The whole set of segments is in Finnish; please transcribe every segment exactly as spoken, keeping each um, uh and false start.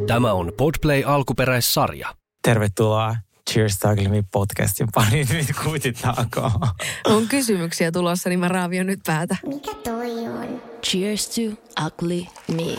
Tämä on Podplay alkuperäissarja. Tervetuloa Cheers to Ugly Me podcastin pariin nyt kuutitaakoon. On kysymyksiä tulossa, niin mä raavion nyt päätä. Mikä toi on? Cheers to Ugly Me.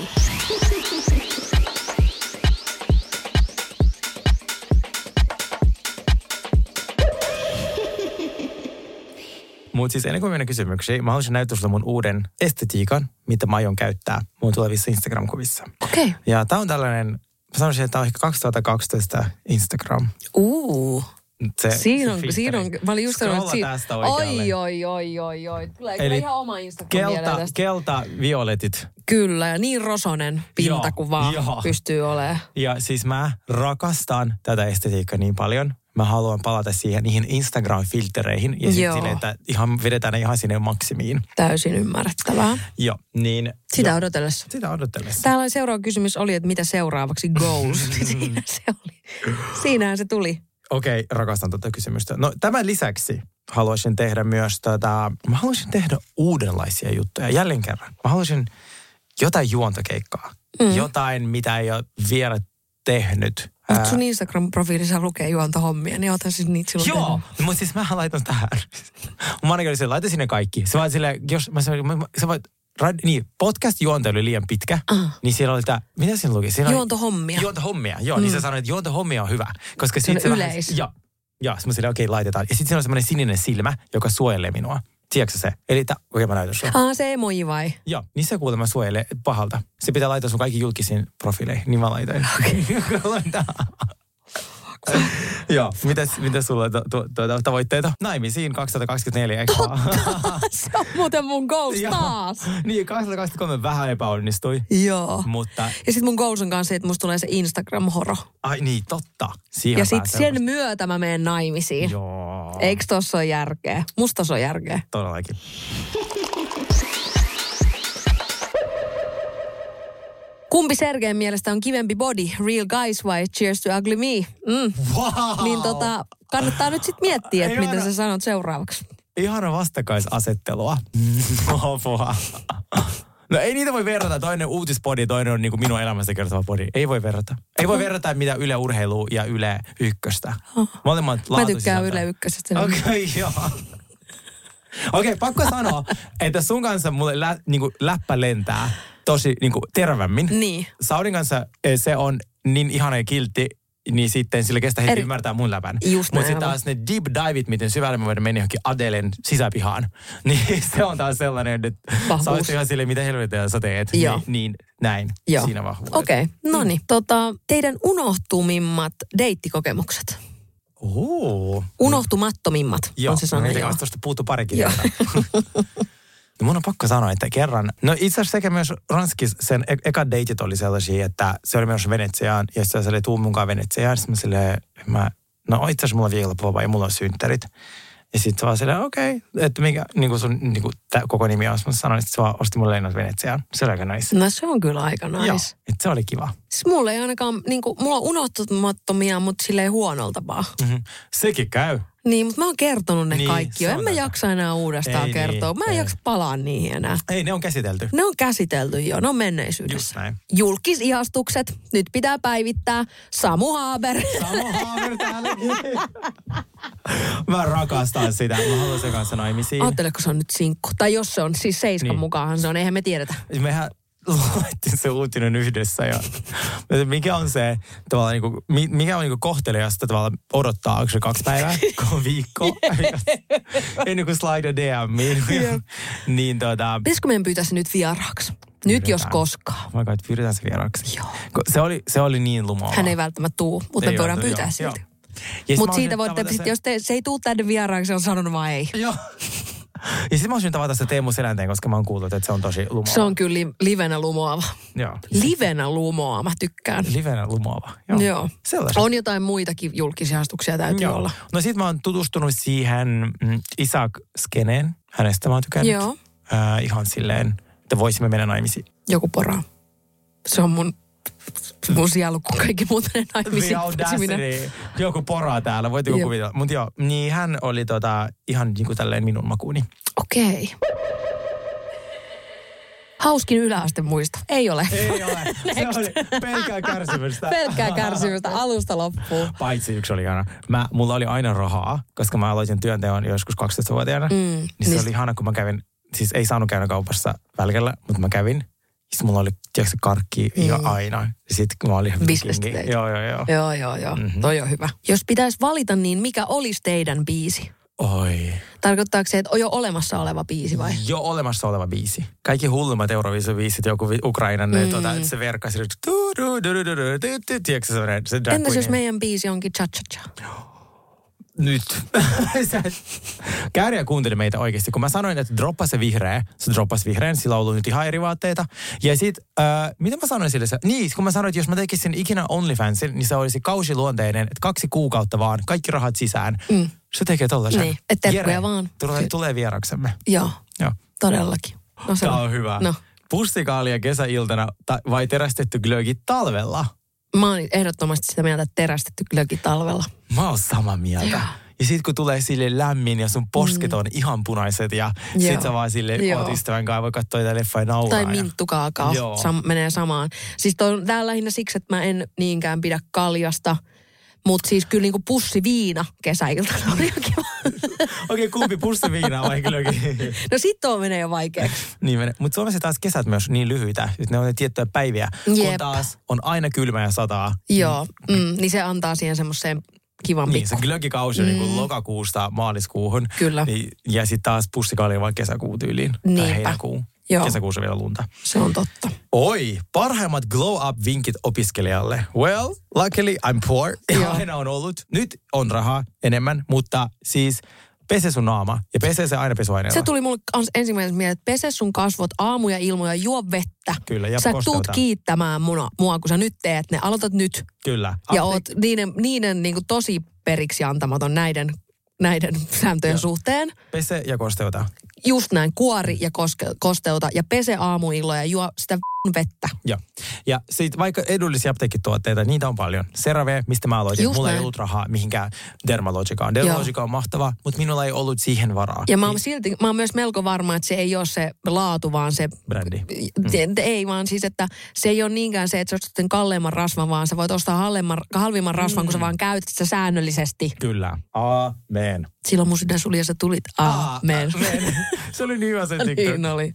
Mutta siis ennen kuin mennään kysymyksiin, mä haluaisin näyttää sulle mun uuden estetiikan, mitä mä aion käyttää mun tulevissa Instagram-kuvissa. Okei. Okay. Ja tää on tällainen, mä sanoisin, että tää on ehkä kaksituhattakaksitoista Instagram. Uu. Se, siinä se on, filteri. siinä on, mä olin just sanonut, että siinä, tästä oikealle. oi, oi, oi, oi, oi. Tulee Eli ihan oma Instagram kelta, tästä. kelta, violetit. Kyllä, ja niin rosonen pinta Joo, kuin vaan joo. pystyy olemaan. Ja siis mä rakastan tätä estetiikkaa niin paljon. Mä haluan palata siihen niihin Instagram-filtereihin ja sitten silleen, että ihan vedetään ne ihan sinne maksimiin. Täysin ymmärrettävää. Joo, niin... Sitä jo, odotellessa. Sitä odotellessa. Täällä seuraava kysymys oli, että mitä seuraavaksi goals. Siinä se oli. Siinähän se tuli. Okei, okay, rakastan tätä kysymystä. No tämän lisäksi haluaisin tehdä myös tätä... Mä haluaisin tehdä uudenlaisia juttuja. Jälleen kerran. Mä haluaisin jotain juontokeikkaa. Mm. Jotain, mitä ei ole vielä tehnyt. Mutta sun Instagram-profiilissa lukee juontohommia, niin otan siis niitä silloin. Joo, mutta siis mä laitan tähän. Mä ainakin olin laita sinne kaikki. Se vaan silleen, jos mä sanoin, sä voit, niin, podcast-juonto oli liian pitkä, uh. niin siellä oli tämä, mitä siinä luki? Siinä juontohommia. Oli, juontohommia, joo, mm. niin sä sanoit, että juontohommia on hyvä. Koska se on se yleis. Vähän, joo, joo, mä silleen, okei, okay, laitetaan. Ja sitten siinä on semmoinen sininen silmä, joka suojelee minua. Tiedätkö se? Eli okei, okay, mä näytän sulle. Aa, se emoji vai? Joo, niin se kuulemma suojelee pahalta. Se pitää laittaa sun kaikki julkisiin profiileihin, niin mä laitan. Okei. Joo, mitäs, mitäs sulla on to, to, to, tavoitteita? Naimisiin kaksituhattakaksikymmentäneljä, eikö vaan? Se on muuten mun goals taas. Niin, kaksituhattakaksikymmentäkolme vähän epäonnistui. Joo. Mutta... Ja sit mun goals on kanssa se, että musta tulee se Instagram-horo. Ai niin, totta. Siihen ja sit sen myötä mä menen naimisiin. Joo. Eikö tossa ole järkeä? Musta tossa on järkeä. Todellakin. Kumpi Sergeen mielestä on kivempi body? Real guys vai Cheers to Ugly Me? Mm. Wow. Niin tota, kannattaa nyt sit miettiä, että mitä sä sanot seuraavaksi. Ihana vastakkaisasettelua. No ei niitä voi verrata. Toinen uutispodi, toinen on niinku minun elämästä kertova podi. Ei voi verrata. Ei voi verrata mitä Yle Urheilu ja Yle Ykköstä. Molemmat Mä tykkään Yle Ykkösestä. Okei, okay, joo. Okei, okay, pakko sanoa, että sun kanssa mulle lä, niinku, läppä lentää tosi niinku, tervämmin. Niin. Saudin kanssa se on niin ihana ja kiltti, niin sitten sillä kestää heti Eri... ymmärtää mun läpän. Mutta sitten taas ne deep diveit, miten syvälle mä voidaan mennä johonkin Adelen sisäpihaan. Niin se on taas sellainen, että sä oot ihan silleen, mitä helvetä sä teet. Joo. Niin, niin näin. Joo. Siinä vahvuudet. Okei, okay. No niin. Tota, teidän unohtumimmat deittikokemukset. Ooo. Unohtumattomimmat joo, on se sana. Joo, tuosta puuttuu parikin. No mun on pakko sanoa, että kerran, no itse asiassa sekä myös Ranskis sen e- eka deitit oli sellaisia, että se oli menossa Venetsiaan, ja sitten se oli tuu munkaan Venetsiaan, sitten mä silleen, mä, no itse asiassa mulla on viikonloppu ja mulla on synttärit. Ja sitten se vaan silleen, okei, okay, että mikä niin kuin sun niin kuin tää, koko nimi on, mä sanoin, että se vaan osti mulle lennot Venetsiaan. Se oli aika nice. No se on kyllä aika nice. Joo, että se oli kiva. Siis mulla ei ainakaan, niin kuin, mulla on unohtumattomia, mutta silleen huonolla tapaa. Mm-hmm. Sekin käy. Niin, mutta mä oon kertonut ne niin, kaikki jo. En mä jaksa enää uudestaan ei, kertoa. Mä en ei. jaksa palaa niihin enää. Ei, ne on käsitelty. Ne on käsitelty jo, ne on menneisyydessä. Just näin. Julkisihastukset, nyt pitää päivittää. Samu Haaber. Samu Haaber täälläkin. Mä rakastan sitä. Mä haluan sen kanssa naimisiin. Ajatteleko se on nyt sinkku? Tai jos se on, siis Seiskan niin. mukaanhan se on, eihän me tiedetä. Mehän luettiin se uutinen yhdessä ja mikä on se tavallaan niinku, mikä on niinku kohteliasta tavallaan odottaa, onko se kaksi päivää, viikko, ennen kuin slide D M:iin. Niin tota... Pitäisikö meidän pyytää se nyt vieraaksi? Nyt pyydetään. Jos koskaan. Mä kai, pyydetään se vieraaksi. Joo. Se oli, se oli niin lumoava. Hän ei välttämättä tuu, mutta me voidaan pyytää silti. Mutta siitä voitte, sit, se... jos te, se ei tuu tänne vieraaksi, se on sanonut vaan ei. Joo. Ja sitten mä olisin tavata sitä Teemu Selänteen, koska mä oon kuullut, että se on tosi lumoava. Se on kyllä li- livenä lumoava. Joo. Livenä lumoava, mä tykkään. Livenä lumoava, joo. Joo. Sellaisia. On jotain muitakin julkisihastuksia täytyy joo. olla. No sit mä oon tutustunut siihen mm, Isaac Skeneen. Hänestä mä oon tykännyt. Joo. Äh, ihan silleen, että voisimme mennä naimisiin. Joku pora. Se on mun... Mun sielu, kun kaikki muut menee naimisiin. Joku poraa täällä, voitteko kuvitella. Mutta joo, niin hän oli tota, ihan niin kuin tälleen minun makuuni. Okei. Okay. Hauskin yläaste muisto. Ei ole. Ei ole. Se oli pelkkää kärsimystä. Pelkkää kärsimystä alusta loppuun. Paitsi yksi oli ihana. Mä, mulla oli aina rahaa, koska mä aloitin työnteon joskus kaksitoistavuotiaana. Mm, niin se niin oli ihana, kun mä kävin, siis ei saanut käydä kaupassa välkällä, mutta mä kävin. Sitten mulla oli, tiedätkö, karkki mm. ja aina. Ja sitten kun mä olin ihan bisnesdate. Joo, joo, joo. Joo, joo, joo. Mm-hmm. Toi on hyvä. Jos pitäisi valita, niin mikä olisi teidän biisi? Oi. Tarkoittaako se, että on jo olemassa oleva biisi vai? Jo olemassa oleva biisi. Kaikki hullummat Euroviisubiisit, joku Ukrainan, mm. tuota, se verkkasi. Entäs jos meidän biisi onkin cha-cha-cha? Nyt. Kääriä kuunteli meitä oikeasti. Kun mä sanoin, että droppa se vihreä, se droppasi vihreän, sillä on ollut nyt ihan eri vaatteita. Ja sit, äh, mitä mä sanoin sille? Niin, kun mä sanoin, että jos mä tekisin ikinä OnlyFansin, niin se olisi kausiluonteinen, että kaksi kuukautta vaan, kaikki rahat sisään. Mm. Se tekee tollaisen. Niin, että terkkuja vaan. Tulee, tulee vieraksemme. Joo, Joo. Todellakin. No, se Tämä on hyvä. No. Pussikaalia kesäiltana ta- vai terästetty glögi talvella? Mä oon ehdottomasti sitä mieltä, että terästetty glögi talvella. Mä oon samaa mieltä. Ja, ja sit kun tulee sille lämmin ja sun posket on mm. ihan punaiset ja Joo. sit sä vaan silleen oot ystävän kanssa voi katsoa jotain leffaa ja nauraa. Tai minttukaakao Sam- menee samaan. Siis toi, tää on lähinnä siksi, että mä en niinkään pidä kaljasta. Mutta siis kyllä niinku pussiviina kesäiltana on jo kiva. Okei, okay, kumpi pussiviina vai kylläkin? No sit tuo menee jo vaikeaksi. Niin menee. Mutta Suomessa taas kesät myös niin lyhyitä, että ne on ne tiettyjä päiviä. Jep. Kun taas on aina kylmä ja sataa. Joo, mm, niin se antaa siihen semmoiseen kivan niin, pikku. Se glögikausi on mm. niin lokakuusta maaliskuuhun. Kyllä. Niin, ja sitten taas pussikaalia vaan kesäkuun tyyliin. Niinpä. Tai heinäkuun. Joo. Kesäkuussa vielä lunta. Se on totta. Oi, parhaimmat glow-up-vinkit opiskelijalle. Well, luckily I'm poor. Ja aina on ollut. Nyt on rahaa enemmän, mutta siis pese sun naama ja pese se aina pesuaineella. Se tuli mulle ensimmäisenä mieleen, että pese sun kasvot aamu ja ilmu ja juo vettä. Kyllä, ja sä kosteuta. Tuut kiittämään mua, mua, kun sä nyt teet ne. Aloitat nyt. Kyllä. Ja oot niiden, niiden niin kuin tosi periksi antamaton näiden, näiden sääntöjen Joo. suhteen. Pese ja kosteuta. Just näin, kuori ja koske, kosteuta ja pese aamuilloja ja juo sitä vettä. Joo. Ja sit vaikka edullisia apteekkituotteita, niitä on paljon. CeraVe, mistä mä aloitin, Just mulla näin. Ei ollut rahaa mihinkään Dermalogicaan. Dermalogica on mahtava, mutta minulla ei ollut siihen varaa. Ja mä oon silti, mä oon myös melko varma, että se ei ole se laatu, vaan se... Brändi. Mm. Ei, vaan siis, että se ei ole niinkään se, että sä ostat sen kalleimman rasvan, vaan sä voit ostaa halvemman, halvimman rasvan, mm. kun sä vaan käytät sitä säännöllisesti. Kyllä. Amen. Silloin mun sydän suli ja sä tulit. Amen. Amen. Se oli niin hyvä se TikTok. Niin oli.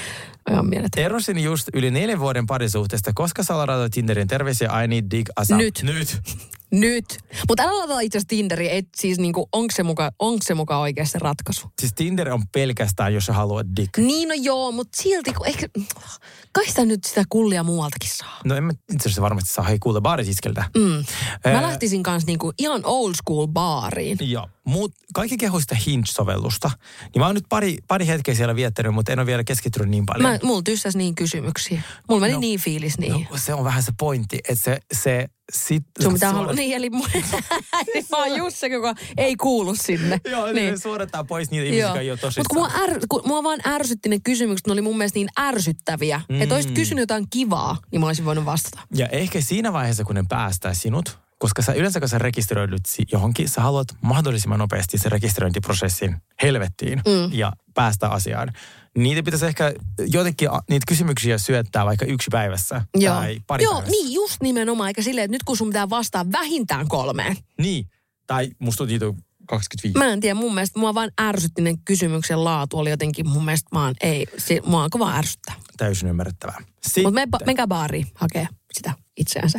Erosin just yli neljän vuoden parisuhteesta, koska sä ladaat Tinderin terveisiä, I need dig asa. Nyt. Nyt. Nyt. Mutta älä ladata itse asiassa Tinderiä, et siis niinku, onko se muka, onko se muka oikein se ratkaisu? Siis Tinder on pelkästään, jos sä haluat dig. Niin no joo, mutta silti, kun ehkä, kai sitä nyt sitä kullia muualtakin saa. No en mä itse asiassa varmasti saa, hei kuule baarisiskeltä. Mm. Mä äh, lähtisin kanssa niinku ihan old school baariin. Joo, mutta kaikki kehuu sitä Hinge-sovellusta. Niin mä oon nyt pari, pari hetkeä siellä viettänyt, mutta en ole vielä keskittynyt niin paljon. Mä, mulla tyssäs niin kysymyksiä. Mulla meni no, niin fiilis niin. No se on vähän se pointti, että se... se Sit, sun pitää halua. Niin, eli mä oon just se, joka ei kuulu sinne. Joo, niin. Se suodattaa pois niitä ihmisiä, jotka ei ole tosissaan. Mutta kun, är, kun mua vaan ärsytti ne kysymykset, ne oli mun mielestä niin ärsyttäviä. Mm. Että olisit kysynyt jotain kivaa, niin mä olisin voinut vastata. Ja ehkä siinä vaiheessa, kun ne päästää sinut, koska sä yleensä kun sä rekisteröidyt johonkin, sä haluat mahdollisimman nopeasti sen rekisteröintiprosessin helvettiin mm. ja päästä asiaan. Niitä pitäisi ehkä jotenkin niitä kysymyksiä syöttää vaikka yksi päivässä Joo. tai pari Joo, päivässä. niin just nimenomaan, eikä silleen, että nyt kun sun pitää vastaa vähintään kolmeen. Niin, tai musta on niitä kaksikymmentäviisi. Mä en tiedä, mun mielestä mua vaan ärsytti ne kysymyksen laatu oli jotenkin mun mielestä vaan ei, se, mua alkoi vaan ärsyttää. Täysin ymmärrettävää. Mutta me, menkää baariin hakee sitä itseänsä.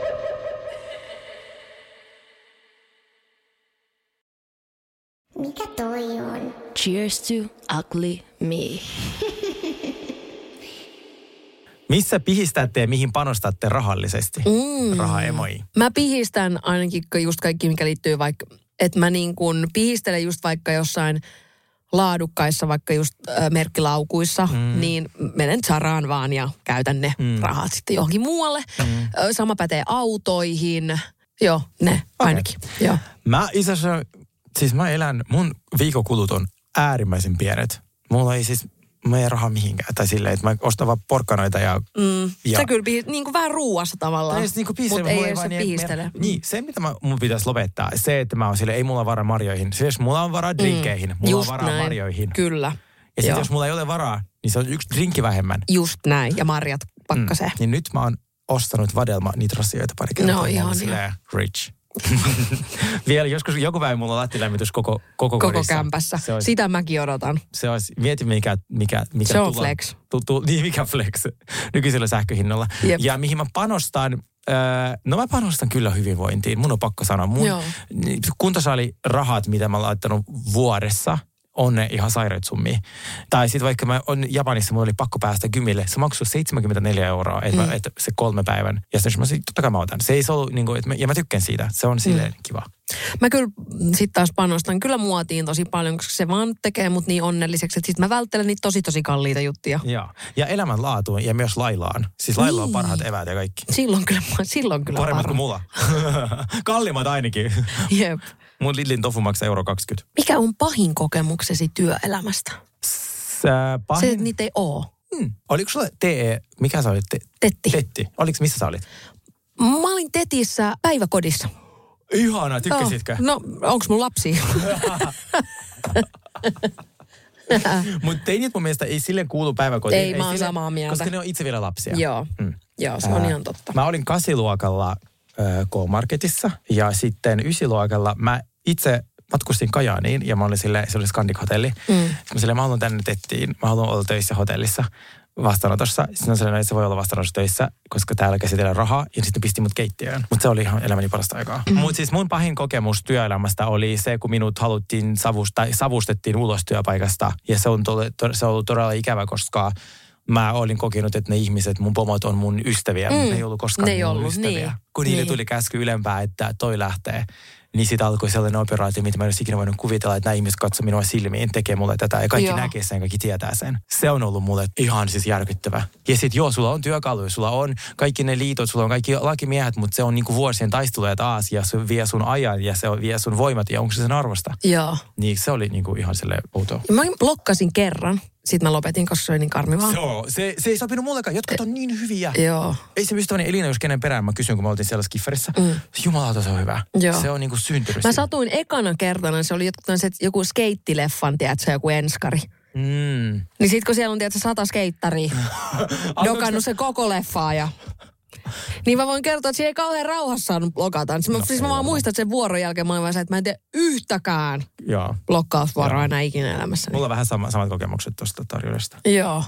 Mikä toi on? Cheers to ugly me. Missä pihistätte ja mihin panostatte rahallisesti? Mm. Rahaemoihin. Mä pihistän ainakin just kaikki, mikä liittyy vaikka, että mä niin kuin pihistelen just vaikka jossain laadukkaissa, vaikka just äh, merkkilaukuissa, mm. niin menen Zaraan vaan ja käytän ne mm. rahat sitten johonkin muualle. Mm. Sama pätee autoihin. Joo, ne okay. ainakin. Joo. Mä itse asiassa... Siis mä elän, mun viikokulut on äärimmäisen pienet. Mulla ei siis, mä ei rahaa mihinkään. Tai silleen, että mä ostan vaan porkkanoita ja... Mm. ja sä kyllä pihist, niin kuin vähän ruuassa tavallaan. Niin mutta ei edes se pihistele. Niin, niin, se mitä mä, mun pitäisi lopettaa, se, että mä oon silleen, ei mulla varaa marjoihin. Siis mulla on varaa drinkeihin, mm. mulla Just on varaa näin. marjoihin. Kyllä. Ja sitten jos mulla ei ole varaa, niin se on yksi drinkki vähemmän. Just näin, ja marjat pakkaseen. Mm. Niin nyt mä oon ostanut Vadelma niitä rasioita pari kertaa. No ihan silleen rich. Vielä joskus joku päivä mulla on lattilämmitys koko, koko, koko kodissa. kämpässä. Olisi, Sitä mäkin odotan. Se olisi, mieti mikä, mikä, mikä se on tulla, flex. Tu, tu, niin mikä flex nykyisellä sähköhinnalla. Jep. Ja mihin mä panostan, öö, no mä panostan kyllä hyvinvointiin. Mun on pakko sanoa. Mun kuntosalirahat, mitä mä oon laittanut vuodessa, on ne ihan sairaat summia. Tai sitten vaikka mä on Japanissa, mulla oli pakko päästä gymille. Se maksoi seitsemänkymmentäneljä euroa, että mm. et se kolme päivän. Ja sitten mä sanoin, totta kai mä otan. Se ei se ollut, niin kuin, että mä, ja mä tykkään siitä. Se on silleen mm. kiva. Mä kyllä sitten taas panostan kyllä muotiin tosi paljon, koska se vaan tekee mut niin onnelliseksi, että sitten mä välttelen niitä tosi tosi kalliita juttuja. Joo. Ja elämänlaatuun ja myös Lailaan. Siis Lailla niin. on parhaat eväät ja kaikki. Silloin kyllä, silloin kyllä paremmat kuin mulla. Kallimmat ainakin. Jep. Mun Lidlin tofu maksaa euro kaksikymmentä. Mikä on pahin kokemuksesi työelämästä? Sä pahin... Se, että niitä ei oo. Hmm. Oliko sulla T E, mikä sä olit? Te... Tetti. Tetti. Oliko, missä sä olit? Mä olin Tetissä päiväkodissa. Ihana, tykkäsitkö? Oh, no, onks mun lapsia? Mutta teinit mun mielestä ei silleen kuulu päiväkotiin. Ei, ei mä oon sille, samaa mieltä. Koska ne on itse vielä lapsia. Joo, mm. Joo se on Ää, ihan totta. Mä olin kasiluokalla äh, K-Marketissa ja sitten ysiluokalla mä itse matkustin Kajaaniin ja mä olin silleen, se oli Scandic-hotelli. Mm. Mä silleen, mä haluan tänne Tettiin, mä haluan olla töissä hotellissa vastaanotossa. Sitten on sellainen, että se voi olla vastaanotossa töissä, koska täällä käsitellään rahaa ja sitten pisti mut keittiöön. Mutta se oli ihan elämäni parasta aikaa. Mm. Mutta siis mun pahin kokemus työelämästä oli se, kun minut haluttiin savust- tai savustettiin ulos työpaikasta. Ja se on, to- to- se on ollut todella ikävä, koska mä olin kokenut, että ne ihmiset, mun pomot on mun ystäviä, mm. mutta ne ei ollut koskaan ne ei mun ollut, ystäviä. Niin. Kun niille niin. tuli käsky ylempää, että toi lähtee. Niin sitten alkoi sellainen operaatio, mitä mä en olisi ikinä voinut kuvitella, että nämä ihmiset katsovat minua silmiin, tekee mulle tätä ja kaikki joo. näkee sen, kaikki tietää sen. Se on ollut mulle ihan siis järkyttävä. Ja sitten joo, sulla on työkaluja, sulla on kaikki ne liitot, sulla on kaikki lakimiehet, mutta se on niinku vuosien taisteluja taas ja se vie sun ajan ja se vie sun voimat ja onko se sen arvosta? Joo. Niin se oli niinku ihan silleen outoa. Mä blokkasin kerran. Sitten mä lopetin, koska se oli niin karmivaa. Joo, se, se ei sopinut mullekaan. Jotkut on niin hyviä. Joo. Ei se ystäväni Elina, jos kenen perään mä kysyn, kun mä oltiin siellä Skifferissä. Mm. Jumalauta, se on hyvä. Joo. Se on niinku syntynyt. Mä satuin ekana kertana, se oli joku skeittileffan, tiedätkö, joku enskari. Mm. Niin sit kun siellä on, tiedätkö, sata skeittaria, dokannut se koko leffaa ja... Niin mä voin kertoa, että siinä ei kauhean rauhassa saanut blokata. Siis, no, mä, siis mä vaan muistan, että sen vuoron jälkeen mä olin vaan se, että mä en tee yhtäkään Joo. blokkausvuoroa enää ikinä elämässäni. Mulla on vähän sama, samat kokemukset tuosta tarjoudesta. Joo.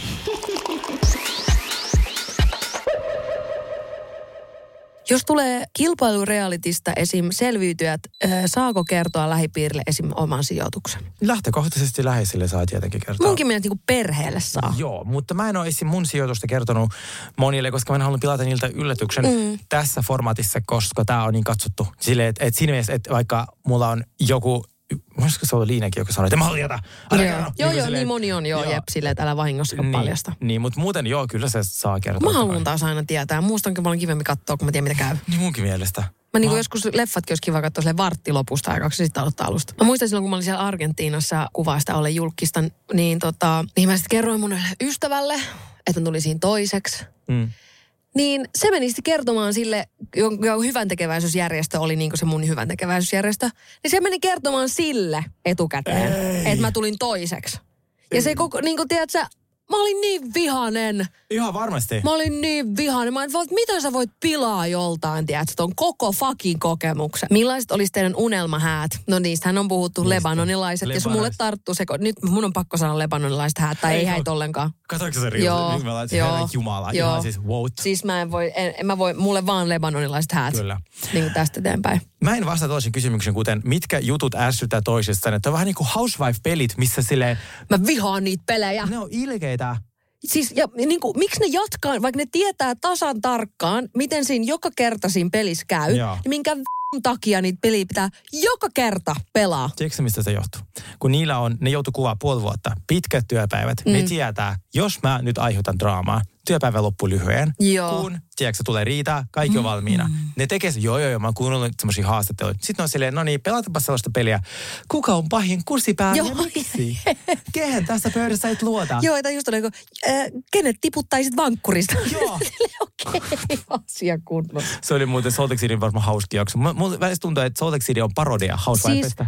Jos tulee kilpailurealitista esim. Selviytyjät, äh, saako kertoa lähipiirille esim. Oman sijoituksen? Lähtökohtaisesti läheisille saa tietenkin kertoa. Munkin mielestä niin perheelle saa. Joo, mutta mä en ole esim. Mun sijoitusta kertonut monille, koska mä en halunnut pilata niiltä yllätyksen mm. tässä formaatissa, koska tää on niin katsottu. Silleen, että et siinä mielessä, että vaikka mulla on joku... Voisiko se olla Liinakin, joka sanoi, että mä haluan jätä. Joo, joo, niin, joo niin moni on joo, joo. Jep, silleen, että älä vahingossakaan niin, paljasta. Niin, mutta muuten joo, kyllä se saa kertoa. Mä haluan taas aina tietää. Muusta onkin paljon kivemmin katsoa, kun mä tiedän, mitä käy. Niin munkin mielestä. Mä niin kuin joskus leffatkin olisi kiva katsoa silleen vartti lopusta aikaksi ja sitten aloittaa alusta. Mä muistan silloin, kun mä olin siellä Argentiinassa kuvaa sitä Olle julkista, niin tota, niin mä sitten kerroin mun ystävälle, että mä tulin siinä toiseksi. Mm. Niin se meni sitten kertomaan sille, jonka hyväntekeväisyysjärjestö oli niin kuin se mun hyväntekeväisyysjärjestö. Niin se meni kertomaan sille etukäteen, että mä tulin toiseksi. Ja se koko, niin kuin tiedät sä, mä olin niin vihanen. Ihan varmasti. Mä olin niin vihanen. Mä olin, että miten sä voit pilaa joltain, tiedät sä, ton koko fucking kokemuksen. Millaiset olisi teidän unelmahäät? No niistähän on puhuttu niistä. Lebanonilaiset. Lebanais. Jos mulle tarttuu se, nyt mun on pakko sanoa lebanonilaiset häät, tai ei, ei häitä ollenkaan. Katoinko se riusi? Joo. Nyt mä laitan herran Jumala. Joo. Ihan siis wow. Siis mä en voi, en, en mä voi, mulle vaan lebanonilaiset häät. Kyllä. Niin kuin tästä eteenpäin. Mä en vastata toisen kysymyksen, kuten mitkä jutut ärsyttää toisestaan. Että on vähän niin kuin Housewife-pelit, missä silleen... Mä vihaan niitä pelejä. Ne on ilkeitä. Siis, ja niin kuin, miksi ne jatkaa, vaikka ne tietää tasan tarkkaan, miten siinä joka kerta siinä pelissä käy, Joo. niin minkä v***n takia niitä peliä pitää joka kerta pelaa. Tiedätkö mistä se johtuu? Kun niillä on, ne joutuu kuvaa puoli vuotta, pitkät työpäivät, mm. ne tietää, jos mä nyt aiheutan draamaa, työpäivä loppuu lyhyen, Joo. kun, tiedätkö, tulee riita, kaikki on valmiina. Mm. Ne tekee se, joo joo joo, mä oon kuunnellut semmoisia haastatteluja. Sitten on silleen, no niin, pelataanpa sellaista peliä. Kuka on pahin kurssipää ja miksi? Kehen tässä pöydässä et luota? Joo, tai just oli, kun, äh, kenet tiputtaisit vankkurista? Joo. Okei, okay. Asia kunnossa. Se oli muuten Salt Lake Cityn varmaan hauski jakso. Mulla välistä tuntuu, että Salt Lake City on parodia Housewifesta. Siis,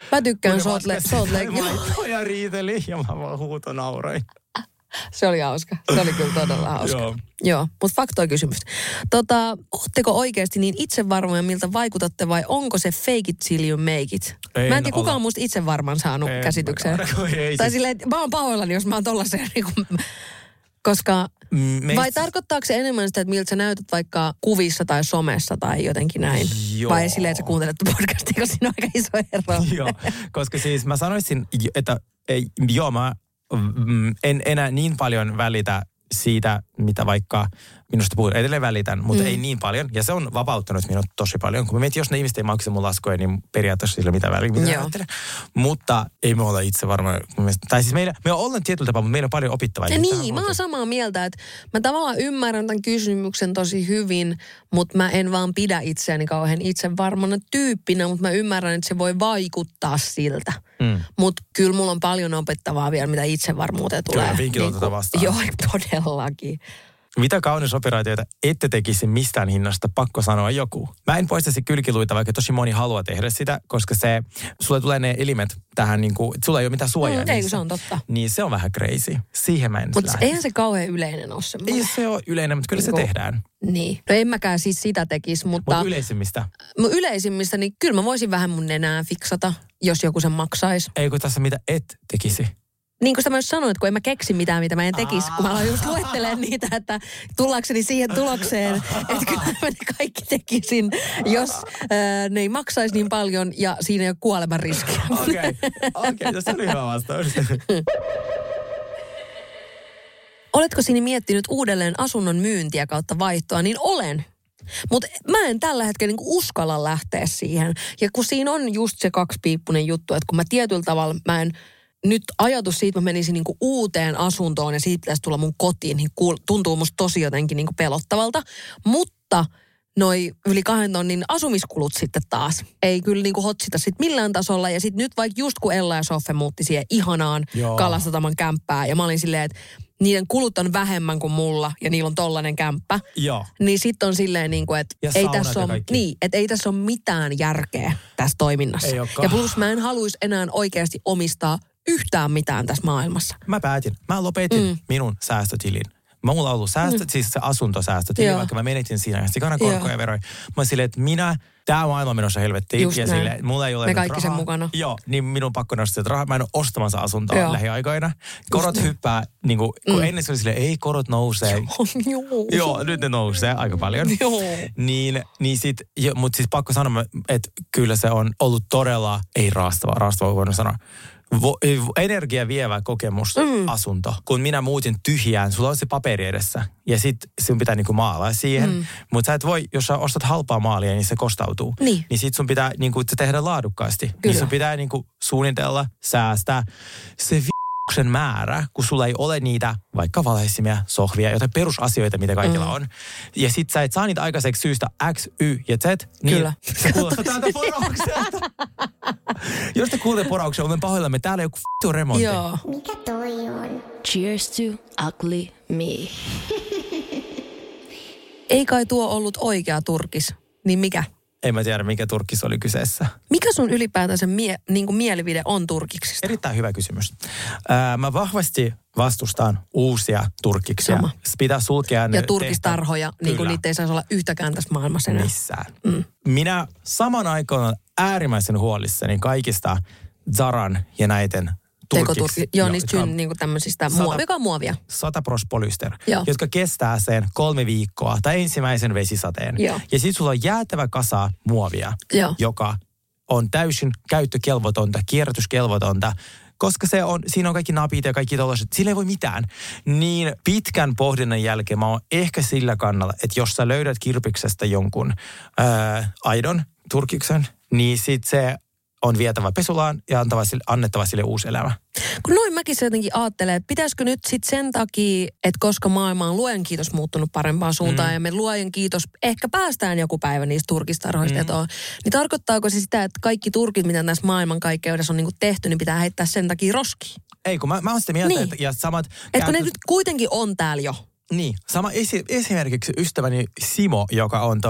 Mä tykkään Salt Lake. Salt Lake. Ja riiteli ja mä vaan huutonauroin. Se oli hauska. Se oli kyllä todella hauska. Joo. Joo, mutta faktoi kysymys. Tota, ootteko oikeasti niin itsevarmoja, miltä vaikutatte vai onko se fake it till you make it? Ei mä en tiedä, kuka olla. on musta itsevarman saanut En käsitykseen. Ei, Tai siis... silleen, että mä oon pahoillani, jos mä oon tollasen niin kuin, koska... Meist... Vai tarkoittaako se enemmän sitä, että miltä sä näytät vaikka kuvissa tai somessa tai jotenkin näin? Joo. Vai silleen, että sä kuuntelet podcastia, koska siinä on aika iso ero. Joo, koska siis mä sanoisin, että ei, joo, mä mm, en enää niin paljon välitä siitä, mitä vaikka minusta puhuu. Edelleen välitän, mutta mm. ei niin paljon. Ja se on vapauttanut minut tosi paljon. Kun mä mietin, jos ne ihmiset ei maksa mun laskuja, niin periaatteessa sillä mitä väliä, mitä ajattelen. Mutta ei me olla itse varmaan. Tai siis meillä, me ollaan tietyllä tapaa, mutta meillä on paljon opittavaa. Ja niin, mä oon samaa mieltä, että mä tavallaan ymmärrän tämän kysymyksen tosi hyvin, mutta mä en vaan pidä itseäni kauhean itsevarmana tyyppinä, mutta mä ymmärrän, että se voi vaikuttaa siltä. Mm. Mutta kyllä mulla on paljon opettavaa vielä, mitä itsevarmuuteen tulee. Kyllä, vinkit on tätä vastaan. Joo, todellakin. Mitä kauneusoperaatioita ette tekisi mistään hinnasta, pakko sanoa joku. Mä en poistaisi kylkiluita, vaikka tosi moni haluaa tehdä sitä, koska se, sulle tulee ne elimet tähän, niin kuin, sulla ei ole mitään suojaa mm, ei, se on totta. Niin se on vähän crazy. Siihen mä en Mutta eihän se kauhean yleinen ole semmoinen. Ei se ole yleinen, mutta kyllä niin se tehdään. Niin. No en mäkään siis sitä tekisi, mutta... Mutta yleisimmistä? Mutta yleisimmistä, niin kyllä mä voisin vähän mun nenää fiksata, jos joku sen maksaisi. Ei kun tässä mitä et tekisi. Niin kuin sä myös sanoit, kun en mä keksi mitään, mitä mä en tekisi, kun mä aloin just luettelemaan niitä, että tullakseni siihen tulokseen, että kyllä mä ne kaikki tekisin, jos ää, ne ei maksaisi niin paljon ja siinä ei ole kuoleman riskiä. Okei, okay. okei, okay, se oli hyvä vastaus. Oletko sinä miettinyt uudelleen asunnon myyntiä kautta vaihtoa? Niin olen. Mutta mä en tällä hetkellä niinku uskalla lähteä siihen. Ja kun siinä on just se kaksipiippunen juttu, että kun mä tietyllä tavalla mä en... Nyt ajatus siitä, että mä menisin niinku uuteen asuntoon ja siitä pitäisi tulla mun kotiin, niin kuul- tuntuu musta tosi jotenkin niinku pelottavalta. Mutta noi yli kahden tonnin asumiskulut sitten taas ei kyllä niinku hotsita sit millään tasolla. Ja sitten nyt vaikka just kun Ella ja Soffe muutti siihen ihanaan Kalastataman kämppää ja mä olin silleen, että niiden kulut on vähemmän kuin mulla ja niillä on tollainen kämppä. Joo. Niin sitten on silleen niinku, että ei tässä ole, niin, et ei tässä ole mitään järkeä tässä toiminnassa. Ja plus mä en haluaisi enää oikeasti omistaa yhtään mitään tässä maailmassa. Mä päätin. Mä lopetin mm. minun säästötilin. Mä mulla on ollut säästö, mm. siis se asuntosäästötili, Joo. vaikka mä menetin siinä ja sikana korkoja ja veroja. Mä oon silleen, että minä, tää maailma menossa helvettiin. Just ja näin. silleen, mulla ei ole me kaikki rahaa. sen mukana. Joo, niin minun pakko nostaa rahaa. Mä en ole ostamassa asuntoa Joo. lähiaikoina. Korot Just hyppää, niin kuin, kun mm. ennen se oli silleen, ei korot nousee. Joo. Joo, nyt ne nousee aika paljon. Joo. Niin, niin sit, mutta siis pakko sanoa, että kyllä se on ollut todella, ei raastava, raastava voin sanoa. Vo, energia vievä kokemus, mm. asunto. Kun minä muutin tyhjään, sulla on se paperi edessä. Ja sit sun pitää niinku maalaa siihen. Mm. Mutta sä et voi, jos sä ostat halpaa maalia, niin se kostautuu. Niin. Niin sit sun pitää niinku, se tehdä laadukkaasti. Kyllä. Niin sun pitää niinku suunnitella, säästää. Se vi***sen määrä, kun sulla ei ole niitä vaikka valheissimia, sohvia, jotain perusasioita, mitä kaikilla mm. on. Ja sit sä et saa niitä aikaiseksi syystä X, Y ja Z. Niin Kyllä. Se kuulostaa täältä poraukselta. Jos te kuulee porauksia, olen pahoillamme. Täällä joku f***u remontti. Joo. Mikä toi on? Cheers to ugly me. Ei kai tuo ollut oikea turkis. Niin mikä? En mä tiedä, mikä turkis oli kyseessä. Mikä sun ylipäätänsä mie, niin kuin mielipide on turkiksista? Erittäin hyvä kysymys. Ää, mä vahvasti vastustan uusia turkiksia. Sama. Pitää sulkea ne. Ja turkistarhoja, niin kuin niitä ei saisi olla yhtäkään tässä maailmassa enää. Missään. Mm. Minä saman aikaan olen äärimmäisen huolissani kaikista Zaran ja näiden turkiksi. Joo, jo, niistä syn niin kuin tämmöisistä, muovia, joka on muovia. sata prosenttia polyester, Joo. jotka kestää sen kolme viikkoa tai ensimmäisen vesisateen. Joo. Ja sitten sulla on jäätävä kasa muovia, Joo. joka on täysin käyttökelvotonta, kierrätyskelvotonta, koska se on, siinä on kaikki napit ja kaikki tollaiset, sillä ei voi mitään. Niin pitkän pohdinnan jälkeen mä oon ehkä sillä kannalla, että jos sä löydät kirpiksestä jonkun ää, aidon turkiksen, niin sit se on vietävä pesulaan ja antava sille, annettava sille uusi elämä. Kun noin mäkin se jotenkin ajattelen, että pitäisikö nyt sitten sen takia, että koska maailma on luojan kiitos muuttunut parempaan suuntaan mm. ja me luojan kiitos ehkä päästään joku päivä niistä turkistarhoista mm. etoon, niin tarkoittaako se sitä, että kaikki turkit, mitä tässä maailmankaikkeudessa on niinku tehty, niin pitää heittää sen takia roskiin? Ei, kun mä, mä oon sitä mieltä, niin. että ja samat... Että käytös... kun ne nyt kuitenkin on täällä jo. Niin, sama esi- esimerkiksi ystäväni Simo, joka on toi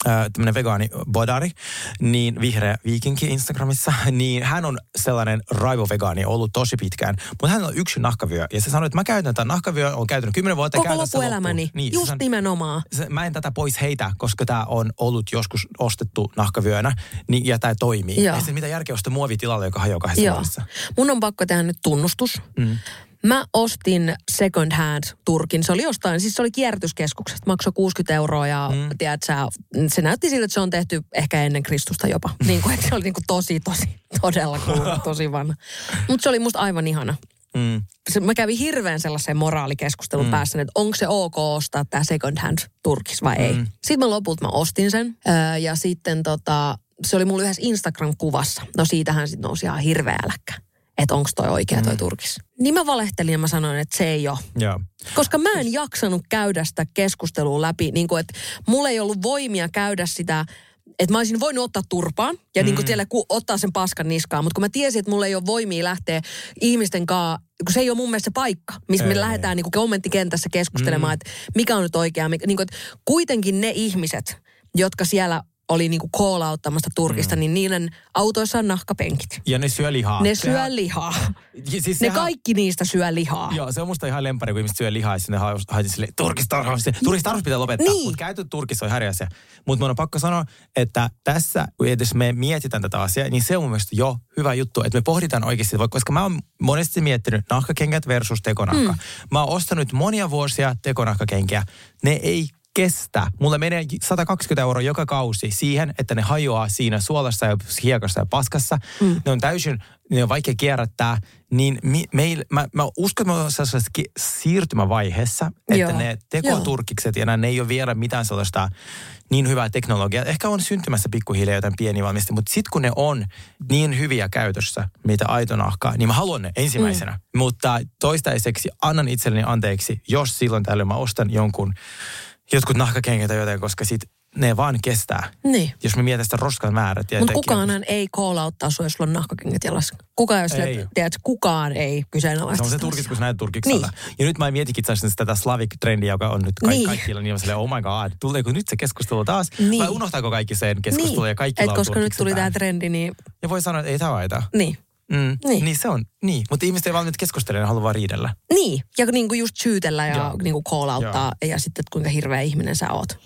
tämmöinen vegaani bodari, niin vihreä viikinki Instagramissa, niin hän on sellainen raivovegaani ollut tosi pitkään, mutta hän on yksi nahkavyö. Ja se sanoi, että mä käytän tämän nahkavyö, on käytänyt kymmenen vuotta. Koko loppuelämäni, niin, just san, nimenomaan. Se, mä en tätä pois heitä, koska tämä on ollut joskus ostettu nahkavyönä, niin, ja tämä toimii. Joo. Ei se mitään järkeä ostaa muovitilalle, joka hajoaa kahdessa vuodessa. Mun on pakko tehdä nyt tunnustus. Mm. Mä ostin second hand turkin. Se oli jostain, siis se oli kierrätyskeskuksesta. Maksoi kuusikymmentä euroa ja mm. tiedät sä, se näytti siltä, että se on tehty ehkä ennen Kristusta jopa. Niin kuin, että se oli niin kuin tosi, tosi, todella cool, tosi vanha. Mutta se oli musta aivan ihana. Mm. Se, mä kävin hirveän sellaisen moraalikeskustelun mm. päässä, että onko se ok ostaa tämä second hand turkis vai ei. Mm. Sitten mä lopulta mä ostin sen öö, ja sitten tota, se oli mulla yhdessä Instagram-kuvassa. No siitähän sitten nousi ihan hirveä äläkkä. Että onko toi oikea toi mm. turkis. Niin mä valehtelin ja mä sanoin, että se ei ole. Joo. Koska mä en jaksanut käydä sitä keskustelua läpi. Niin kuin, että mulla ei ollut voimia käydä sitä, että mä olisin voinut ottaa turpaan ja mm. niin kuin siellä ottaa sen paskan niskaan. Mutta kun mä tiesin, että mulla ei ole voimia lähteä ihmisten kanssa, kun se ei ole mun mielestä se paikka, missä ei. me lähdetään niin kuin kommenttikentässä keskustelemaan, mm. että mikä on nyt oikea. Mikä, niin kuin, että kuitenkin ne ihmiset, jotka siellä oli niinku call-outtamasta turkista, mm. niin niiden autoissa on nahkapenkit. Ja ne syö lihaa. Ne syö sehän... lihaa. Ja siis ne sehän... kaikki niistä syö lihaa. Joo, se on musta ihan lempari, kun ihmiset syö lihaa, ja sitten ne haisi silleen, turkistarhaus. Turkistarhaus pitää lopettaa, niin. Mutta käytetty turkis on häri asia. Mutta mun on pakko sanoa, että tässä, jos me mietitään tätä asiaa, niin se on mun mielestä jo hyvä juttu, että me pohditaan oikeasti, koska mä oon monesti miettinyt nahkakengät versus tekonahka. Mm. Mä oon ostanut monia vuosia tekonahkakenkiä. Ne ei kestä. Mulle menee sata kaksikymmentä euroa joka kausi siihen, että ne hajoaa siinä suolassa ja hiekassa ja paskassa. Mm. Ne on täysin, ne on vaikea kierrättää. Niin mi, meil, mä, mä uskon, että me ollaan sellaisessa siirtymävaiheessa, että Joo. ne tekoturkikset ja nämä, ne ei ole vielä mitään sellaista niin hyvää teknologiaa. Ehkä on syntymässä pikkuhiljaa jotain pieniä valmista, mutta sitten kun ne on niin hyviä käytössä, mitä aito nahkaa, niin mä haluan ne ensimmäisenä. Mm. Mutta toistaiseksi annan itselleni anteeksi, jos silloin tällöin mä ostan jonkun jotkut nahkakengät tai jotain, koska sit ne vaan kestää. Niin. Jos me mietitään sitä roskan määrät. Mutta kukaanhan ei call-outtaa sua, jos sulla on nahkakengät jalassa. Kukaan, jos tiedät, että kukaan ei kyseenalaista. Se on se turkis, kun sä näet turkikselta. Niin. Ja nyt mä mietinkin itse tätä Slavic-trendiä, joka on nyt ka- niin. kaikilla. Niin on silleen, oh my god, tuleeko nyt se keskustelu taas? Niin. Vai unohtaako kaikki sen keskustelun niin. ja kaikilla on koska nyt tuli tämä trendi, niin... Ja voi sanoa, että ei tavaita. Niin. Mm. Niin. niin se on, niin. Mutta ihmiset ei valmiit keskustella, ne haluaa vaan riidellä. Niin, ja niinku just syytellä ja niinku call-outtaa ja sitten, että kuinka hirveä ihminen sä oot.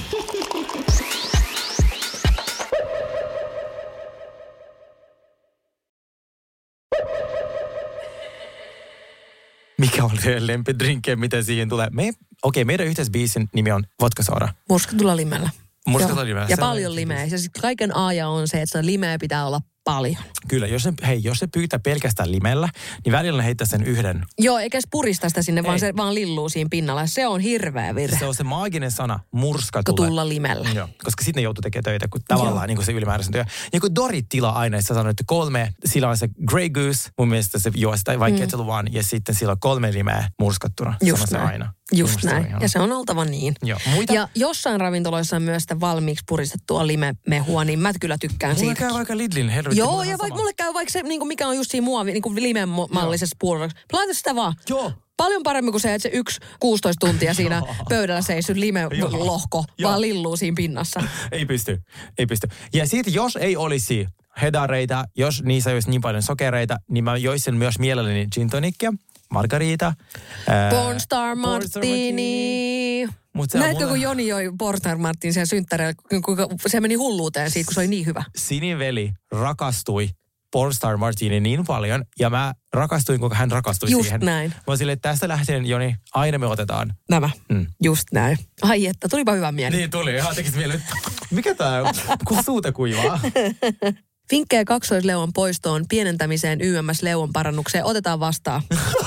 Mikä on teidän lempidrinkkejä, mitä siihen tulee? Me, okei, okay, meidän yhteisbiisin nimi on Vodka Soda. Murskatulla limellä. Murskatulla limellä. Ja paljon limeä. Ja sitten kaiken aaja on se, että limeä pitää olla paljon. Kyllä, jos se, hei, jos se pyytää pelkästään limellä, niin välillä heittää sen yhden. Joo, eikä se purista sitä sinne, ei. vaan se vaan lilluu siinä pinnalla. Se on hirveä virhe. Se on se maaginen sana, murskatulla. Tulla limellä. Joo, koska sitten ne joutuu tekemään töitä, kun tavallaan niin kuin se ylimääräisen työ. Ja kun Dorit tilaa aina, sä sanoit, että kolme, sillä on se Grey Goose, mun mielestä se juo sitä vaikea mm. vaan, ja sitten sillä on kolme limeä murskattuna. Just näin. Aina. Just näin. Ja se on oltava niin. Joo. Muita? Ja jossain ravintoloissa on myös sitä valmiiksi puristettua limemehua, niin mä kyllä tykkään siitä. Mulle käy vaikka Lidlin helvetti. Joo, ja vaikka mulle käy vaikka se, niin kuin mikä on just siinä muovi, niin kuin limemallisessa puolella. Laita sitä vaan. Joo. Paljon paremmin kuin se, että se yksi kuusitoista tuntia siinä pöydällä seisy limelohko, vaan lilluu siinä pinnassa. Ei pysty, ei pysty. Ja sitten jos ei olisi hedareita, jos niissä ei olisi niin paljon sokereita, niin mä joisin myös mielelläni gin tonickia, margarita. Pornstar Martini. Näetkö, mulle... kun Joni joi Pornstar Martini siellä synttäreillä, kun se meni hulluuteen siitä, kun se oli niin hyvä. Siniveli rakastui Pornstar Martini niin paljon, ja mä rakastuin, kuinka hän rakastui just siihen. Just näin. Mä oon silleen, että tästä lähtien, Joni, aina me otetaan. Nämä. Mm. Just näin. Ai että, tulipa hyvä mieli. Niin tuli, ihan tekis mieli. Mikä tää on? Kun suuta kuivaa. Vinkkejä kaksoisleuan poistoon, pienentämiseen, Y M S-leuan parannukseen. Otetaan vastaan.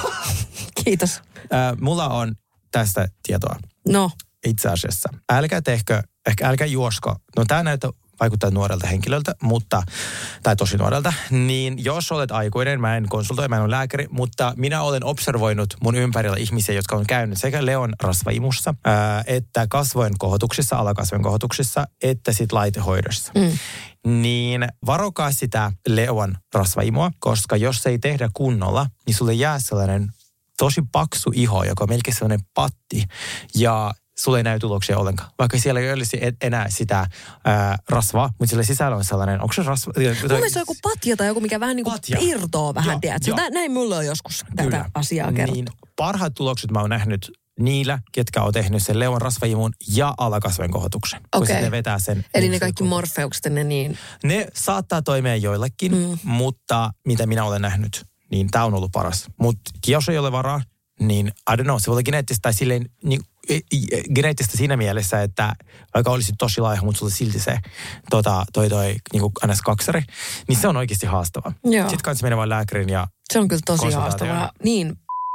Kiitos. Äh, mulla on tästä tietoa. No. Itse asiassa. Älkää tehkö, ehkä älkää juosko. No tää näyttää vaikuttaa nuorelta henkilöltä, mutta, tai tosi nuorelta, niin jos olet aikuinen, mä en konsultoi, mä en ole lääkäri, mutta minä olen observoinut mun ympärillä ihmisiä, jotka on käynyt sekä leon rasvaimussa, ää, että kasvojen kohotuksissa, alakasvojen kohotuksissa, että sit laitehoidossa. Mm. Niin varokaa sitä leon rasvaimua, koska jos se ei tehdä kunnolla, niin sulle jää sellainen tosi paksu iho, joka on melkein sellainen patti, ja sulla ei näy tuloksia ollenkaan. Vaikka siellä ei olisi enää sitä ää, rasvaa, mutta siellä sisällä on sellainen, onko se rasva? Mun mielestä on joku patja tai joku, mikä vähän niin kuin irtoaa vähän, tiedätkö? Näin mulle on joskus tätä Kyllä. asiaa kerrottu. Niin, parhaat tulokset mä oon nähnyt niillä, ketkä on tehnyt sen leuan rasvaimun ja alakasvojen kohotuksen. Okei. Okay. Ne vetää sen. Eli ne kaikki morfeukset, ne niin... Ne saattaa toimia joillekin, mm. mutta mitä minä olen nähnyt, niin tää on ollut paras. Mutta jos ei ole varaa, niin I don't know, se voi olla geneettistä tai silleen, niin, geneettistä siinä mielessä, että vaikka olisit tosi laiha, mutta sulla silti se tota, toi toi niin kuin N S kaksari, niin se on oikeasti haastava. Joo. Sitten kanssa menee vaan lääkärin ja... Se on kyllä tosi haastavaa. Niin.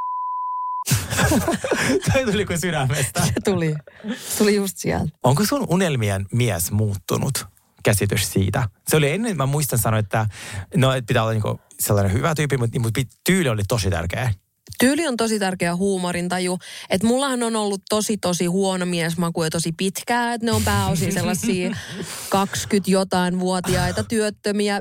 Toi tuli kuin sydämestä. Se tuli. Se tuli just sieltä. Onko sun unelmien mies muuttunut? Käsitys siitä. Se oli ennen, mä muistan sanoa, että no, et pitää olla niinku sellainen hyvä tyyppi, mutta, mutta tyyli oli tosi tärkeä. Tyyli on tosi tärkeä huumorintaju. Että mullahan on ollut tosi, tosi huono miesmaku ja tosi pitkää. Että ne on pääosin sellaisia kaksikymmentä-jotain-vuotiaita työttömiä.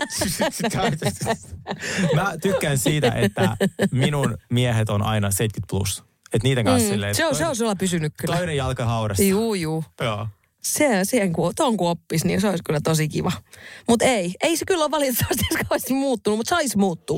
Mä tykkään siitä, että minun miehet on aina seitsemänkymmentä plus. Että niiden kanssa mm, silleen... Se on, se on sulla pysynyt kyllä. Toinen jalka haudassa. Juu, juu. Joo. Se, siihen kun, ton kun oppisi, niin se olisi kyllä tosi kiva. Mutta ei, ei se kyllä ole valitettavasti kauheasti muuttunut, mutta saisi muuttua.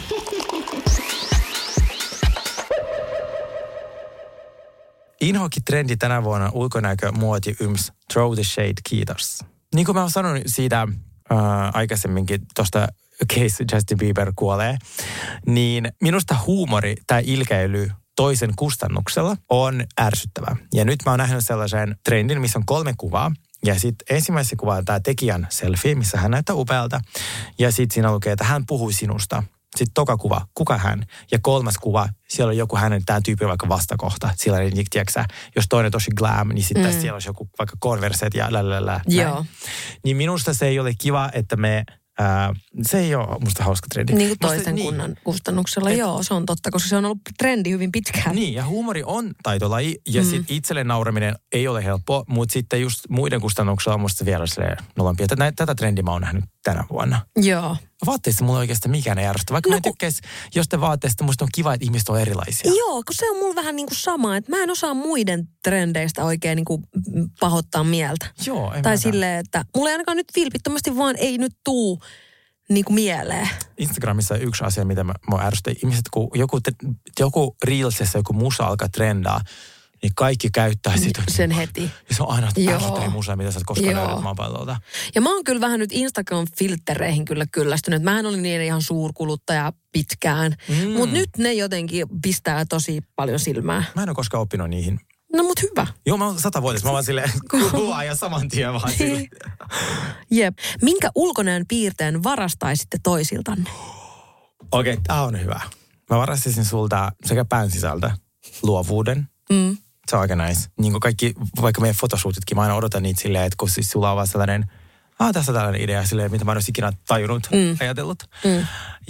Inhoki-trendi tänä vuonna ulkonäkö, muoti, yms, throw the shade, kiitos. Niin kuin mä oon sanonut siitä äh, aikaisemminkin, tuosta case Justin Bieber kuolee, niin minusta huumori tai ilkeily toisen kustannuksella on ärsyttävä. Ja nyt mä oon nähnyt sellaisen trendin, missä on kolme kuvaa. Ja sitten ensimmäisessä kuvaa on tämä tekijän selfie, missä hän näyttää upealta. Ja sitten siinä lukee, että hän puhui sinusta. Sitten toka kuva, kuka hän? Ja kolmas kuva, siellä on joku hänen, tämä tyyppi vaikka vastakohta. Sillä ei, tiedätkö, jos toinen tosi glam, niin sitten mm. siellä olisi joku vaikka konverseet ja lälälä. Joo. Niin minusta se ei ole kiva, että me... Ää, se ei ole musta hauska trendi. Niin kuin toisen musta, kunnan niin. kustannuksella, Et, joo, se on totta, koska se on ollut trendi hyvin pitkään. Niin, ja huumori on taitolaji, ja mm. sitten itselle nauraminen ei ole helppoa, mutta sitten just muiden kustannuksella on musta vielä silleen nollampi. Tätä trendiä mä oon nähnyt tänä vuonna. Joo. Vaatteista mulla oikeastaan mikään ei järjestä. Vaikka no, mä en tykkäisi jostain vaatteista, musta on kiva, että ihmiset on erilaisia. Joo, kun se on mulla vähän niin kuin sama, että mä en osaa muiden trendeistä oikein niin kuin pahoittaa mieltä. Joo, en Tai silleen, että mulla ei ainakaan nyt vilpittömästi vaan ei nyt tuu niin kuin mieleen. Instagramissa on yksi asia, mitä mä, mä ärsytän. Ihmiset, kun joku, joku reelsissa joku musa alkaa trendaa, niin kaikki käyttää sitä. Sen heti. Ja se on aina ärsyttävä musa, mitä sä et koskaan löydät maapallolta. Ja mä oon kyllä vähän nyt Instagram-filttereihin kyllä kyllästynyt. Mähän olin niiden ihan suurkuluttaja pitkään. Mm. Mutta nyt ne jotenkin pistää tosi paljon silmää. Mä en ole koskaan oppinut niihin. No mut hyvä. Joo, mä oon satavuotias. Mä vaan silleen kuvaa ja saman tien vaan silleen. Jep. Minkä ulkonäön piirteen varastaisitte toisiltanne? Okei, okay, tää on hyvä. Mä varastaisin sulta sekä pään sisältä luovuuden. Mm. Se on aika nice. Niin kuin kaikki, vaikka meidän fotosuutitkin, mä aina odotan niitä silleen, että kun siis sulla on vaan sellainen, ah, tässä on tällainen idea silleen, mitä mä en olisi ikinä tajunnut, mm. ajatellut. Mm.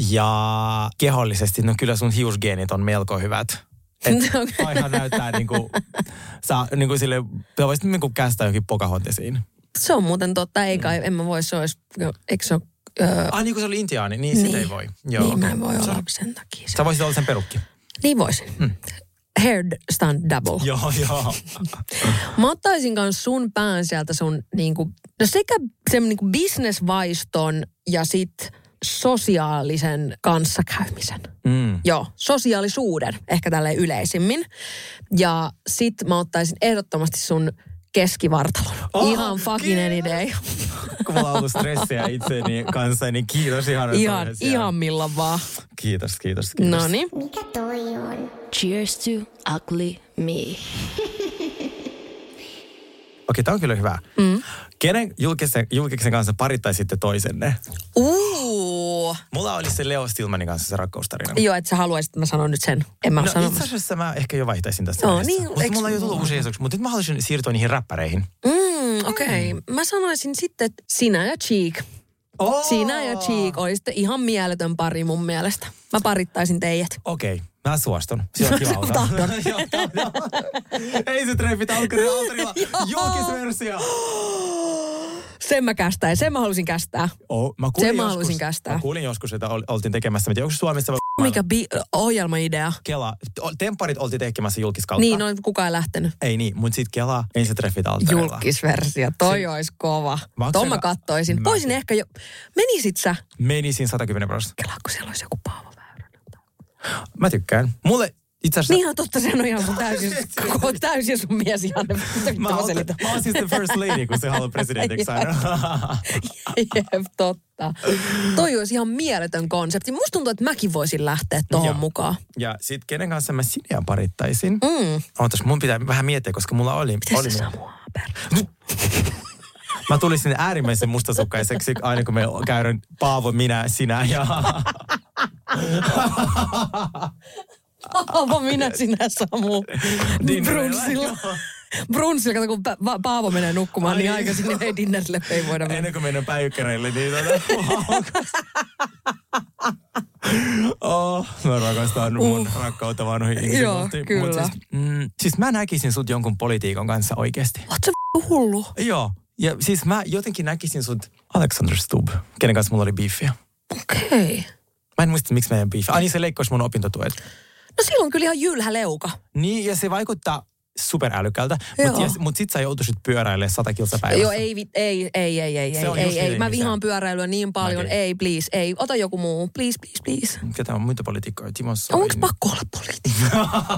Ja kehollisesti, no kyllä sun hiusgeenit on melko hyvät. Että okay. Ihan näyttää niin kuin, saa niin kuin silleen, voisit niin kuin kästää jokin Pocahontasin. Se on muuten totta, ei kai, mm. en mä voi, se olisi, eikö se ole... Öö... Ah, niin kuin se oli intiaani, niin, niin. Sitä ei voi. Joo, niin okay. Mä en voi olla sen takia. Sä voisit olla sen perukki. Niin voisin. Mm. Hair stand double. Joo, joo. Mä ottaisin kanssa sun pään sieltä sun niinku, no sekä sen niinku business-vaiston ja sit sosiaalisen kanssakäymisen. Mm. Joo, sosiaalisuuden ehkä tälleen yleisimmin. Ja sit mä ottaisin ehdottomasti sun keskivartalon. Oh, Ihan fucking any day. Kun mulla on ollut stressiä itseni kanssa, niin kiitos ihan. Ihan, ihan milloin vaan. Kiitos, kiitos, kiitos. Noniin. Mikä toi on? Cheers to ugly me. Okei, tää on kyllä hyvä. Mm. Kenen julkisen, julkisen kanssa parittaisitte toisenne? Uuu. Mulla oli se Leo Stillmanin kanssa se rakkaustarina. Joo, että sä haluaisit, että mä sanon nyt sen. En mä no sano. Itse asiassa mä ehkä jo vaihtaisin tästä. No, niin, mutta mulla ei ole tullut uusia esityksiä, mutta nyt mä haluaisin siirtyä niihin räppäreihin. Mm, okei. Okay. Mm. Mä sanoisin sitten, että sinä ja Cheek. Oh. Sinä ja Cheek olisitte ihan mieletön pari mun mielestä. Mä parittaisin teidät. Okei. Okay. Mä suostun. Se on kiva olla. Tahdon. Ei se treffit altarilla. Julkisversio. Sen mä kästäin. Sen mä halusin kästää. Oh, mä Sen joskus, mä halusin kästää. Mä kuulin joskus, että oltiin tekemässä. Mä tiedän, onko Suomessa vai mikä bi- ohjelmaidea? Kela. Tempparit oltiin tekemässä julkiskautta. Niin, no kukaan ei lähtenyt. Ei niin, mutta sit Kela ensitreffit alttarilla. Julkisversio, toi se, olisi kova. Tuon mä kattoisin. Mä... Voisin ehkä jo... Menisit sä? Menisin sata kymmenen prosenttia. Kela, kun siellä olisi joku Paavo Väyrynen. Mä tykkään. Mulle itse asiassa... Niin ihan totta, sehän on ihan sun täysin, täysin sun mies ihan. Mä oon siis the first lady, kun se haluaa presidentiksi aina. Jep, totta. Toi olisi ihan mieletön konsepti. Musta tuntuu, että mäkin voisin lähteä tohon ja, mukaan. Ja sit kenen kanssa mä Sineä parittaisin. Mm. Ootas, mun pitää vähän miettiä, koska mulla oli... Miten oli se Samu Haber? Mä tulisin äärimmäisen mustasukkaiseksi aina kun me käydään Paavo, minä, sinä ja... Paavo, minä, sinä, Samu. Brunssilla. Brunssilla, kato kun pa- Paavo menee nukkumaan, Ai, niin aikaisin, niin ei dinnerille ei voida mennä. Ennen kuin mennään päikkäreille, niin tota... oh, mä rakastan uh. mun rakkautta vanhoihin ihmisiin. Joo, kyllä. Siis, mm, siis mä näkisin sut jonkun politiikan kanssa oikeasti. Oot sä v- hullu? Joo. Ja siis mä jotenkin näkisin sut Alexander Stubb, kenen kanssa mulla oli beefiä. Okei. Okay. Mä en muista, miksi meidän beefiä. Ai niin, se leikkasi mun opintotuet. No silloin kyllä ihan jylhä leuka. Niin, ja se vaikuttaa superälykältä. Mutta mut sit sä joutuisit pyöräilemään sata kilsa päivässä. Joo, ei, ei, ei, ei, ei, ei, ei, ei. Mä vihaan pyöräilyä niin paljon. Mäkin. Ei, please, ei. Ota joku muu. Please, please, please. Ketä on muita poliitikkoja? Timo Soini. Onko pakko olla poliitikko?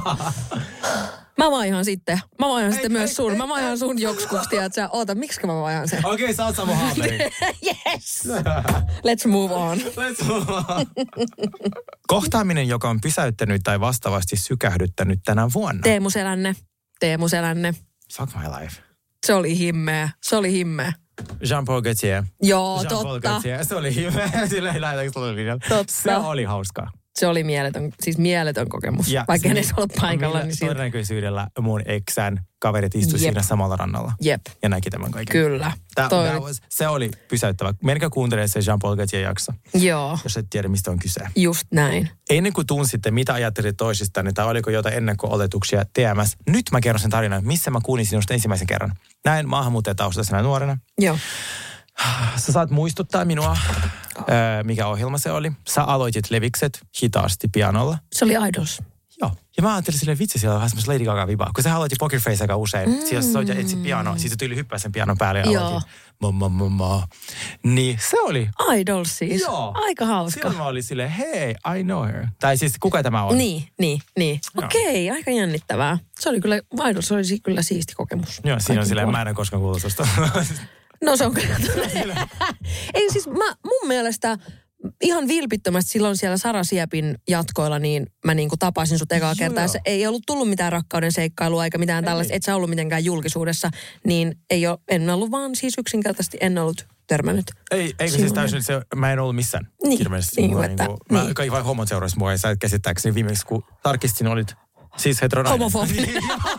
Mä vaihan sitten. Mä vaihan sitten ei, myös ei, sun. Ei, mä vaihan ei, sun joksikuksi, tiedätkö? Oota, miksi mä vaihan sen? Okei, okay, sä oot Samu Haaperi. Yes! Let's move on. Let's move on. Kohtaaminen, joka on pysäyttänyt tai vastaavasti sykähdyttänyt tänä vuonna. Teemu Selänne. Teemu Selänne. Fuck my life. Se oli himmeä. Se oli himmeä. Jean-Paul Gaultier. Joo, Jean-Paul totta. Gaultier. Se oli himmeä. Sillä ei lähdetäänkö totta. Se oli hauskaa. Se oli mieletön, siis mieletön kokemus. Ja vaikka en edes ollut paikalla. Niin siltä. Todennäköisyydellä mun eksän kaverit istuivat siinä samalla rannalla. Jep. Ja näki tämän kaiken. Kyllä. Tää, Toi... tää was, se oli pysäyttävä. Menkää kuuntelemaan se Jean-Paul Gaultier jakso. Joo. Jos et tiedä, mistä on kyse. Just näin. Ennen kuin tunsitte, mitä ajattelit toisistani, tai oliko jotain ennakko-oletuksia T M S. Nyt mä kerron sen tarinan, missä mä kuulin sinusta ensimmäisen kerran. Näin maahanmuuttajataustaisena nuorena. Joo. Sä saat muistuttaa minua, öö, mikä ohjelma se oli. Sä aloitit levikset hitaasti pianolla. Se oli Idols. Joo. Ja mä ajattelin silleen, vitsi, siellä on vähän semmoista Lady Gaga-vibaa. Kun sä aloitit Poker Face aika usein. Mm. Siellä sä etsit pianoa. Siis se tuli hyppää sen pianon päälle ja Joo. aloitin. Mamma, mamma. Niin se oli. Idols siis. Joo. Aika hauska. Silloin mä olin silleen, hei, I know her. Tai siis, kuka tämä on? Niin, niin, niin. Okei, okay, aika jännittävää. Se oli kyllä, Idols oli kyllä siisti kokemus. Joo, siinä on silleen, mä en koskaan kuullut susta. No se on kyllä. Ei siis mä, mun mielestä ihan vilpittömästi silloin siellä Sara Siepin jatkoilla, niin mä niin kuin tapasin sut ekaa kertaa. Se ei ollut tullut mitään rakkauden seikkailua eikä mitään ei. tällaista, et sä ollut mitenkään julkisuudessa. Niin ei ole, en ollut vaan siis yksinkertaisesti en ollut törmännyt. Ei, eikö siis täysin se, mä en ollut missään. Niin, hirveästi. niin, Mulla, että, niin kuin, niin. Mä kaikki vain homon seurasi mua ja sä et käsittääkseni viimeksi, kun tarkistin, olit siis heteronainen. Homofobinen.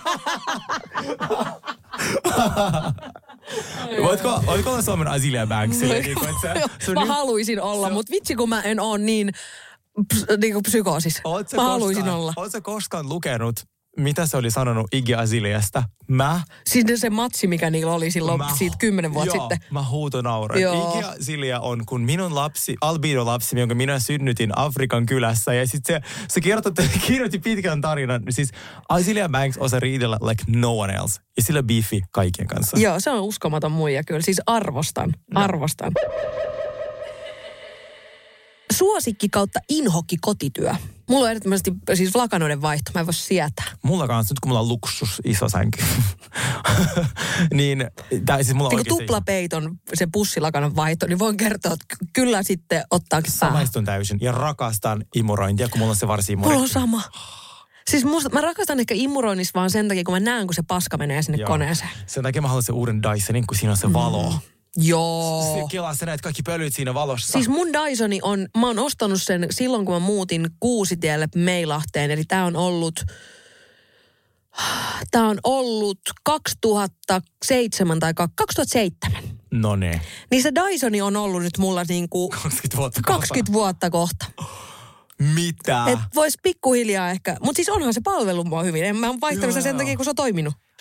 Voitko, voitko olla Suomen Azealia Banks? Niin, mä nyt, haluaisin olla, mutta vitsi kun mä en ole niin, niin kuin psykoosis. Mä koskaan, haluaisin olla. Oletko koskaan lukenut, mitä se oli sanonut Iggy Azaleasta? Mä? Siis se matsi, mikä niillä oli silloin mä, siitä kymmenen vuotta joo, sitten. mä huutonauroin. Iggy Azalea on kun minun lapsi, albino lapsi, jonka minä synnytin Afrikan kylässä. Ja sitten se, se kirjoitti, kirjoitti pitkän tarinan. Siis Azealia Banks osaa riidellä like no one else. Ja sillä beefi kaikkien kanssa. Joo, se on uskomaton muija kyllä. Siis arvostan, no. arvostan. Suosikki kautta inhokki kotityö. Mulla on ehdottomasti siis lakanoiden vaihto. Mä en voi sietää. Mulla kanssa, nyt kun mulla on luksus iso sänky. niin, tää siis mulla on oikeasti... tuplapeiton se pussilakanan vaihto, niin voin kertoa, että kyllä sitten ottaakin päähän. Samaistun täysin ja rakastan imurointia, kun mulla on se varsin imurointi. Mulla on sama. Siis musta, mä rakastan ehkä imuroinnissa vaan sen takia, kun mä näen, kun se paska menee sinne Joo. koneeseen. Sen takia mä haluan se uuden Dysonin, kun siinä on se valo. Mm. Joo. Kelaa sä näet kaikki pölyt siinä valossa. Siis mun Dysoni on, mä oon ostanut sen silloin, kun mä muutin Kuusitielle Meilahteen. Eli tää on ollut, tää on ollut kaksituhattaseitsemän tai kaksituhattaseitsemän. No niin. Niin se Dysoni on ollut nyt mulla niinku kaksikymmentä vuotta kohta. kaksikymmentä vuotta kohta. Mitä? Et vois pikkuhiljaa ehkä, mutta siis onhan se palvelu mua hyvin. En mä oon vaihtanut sen takia, kun se on toiminut.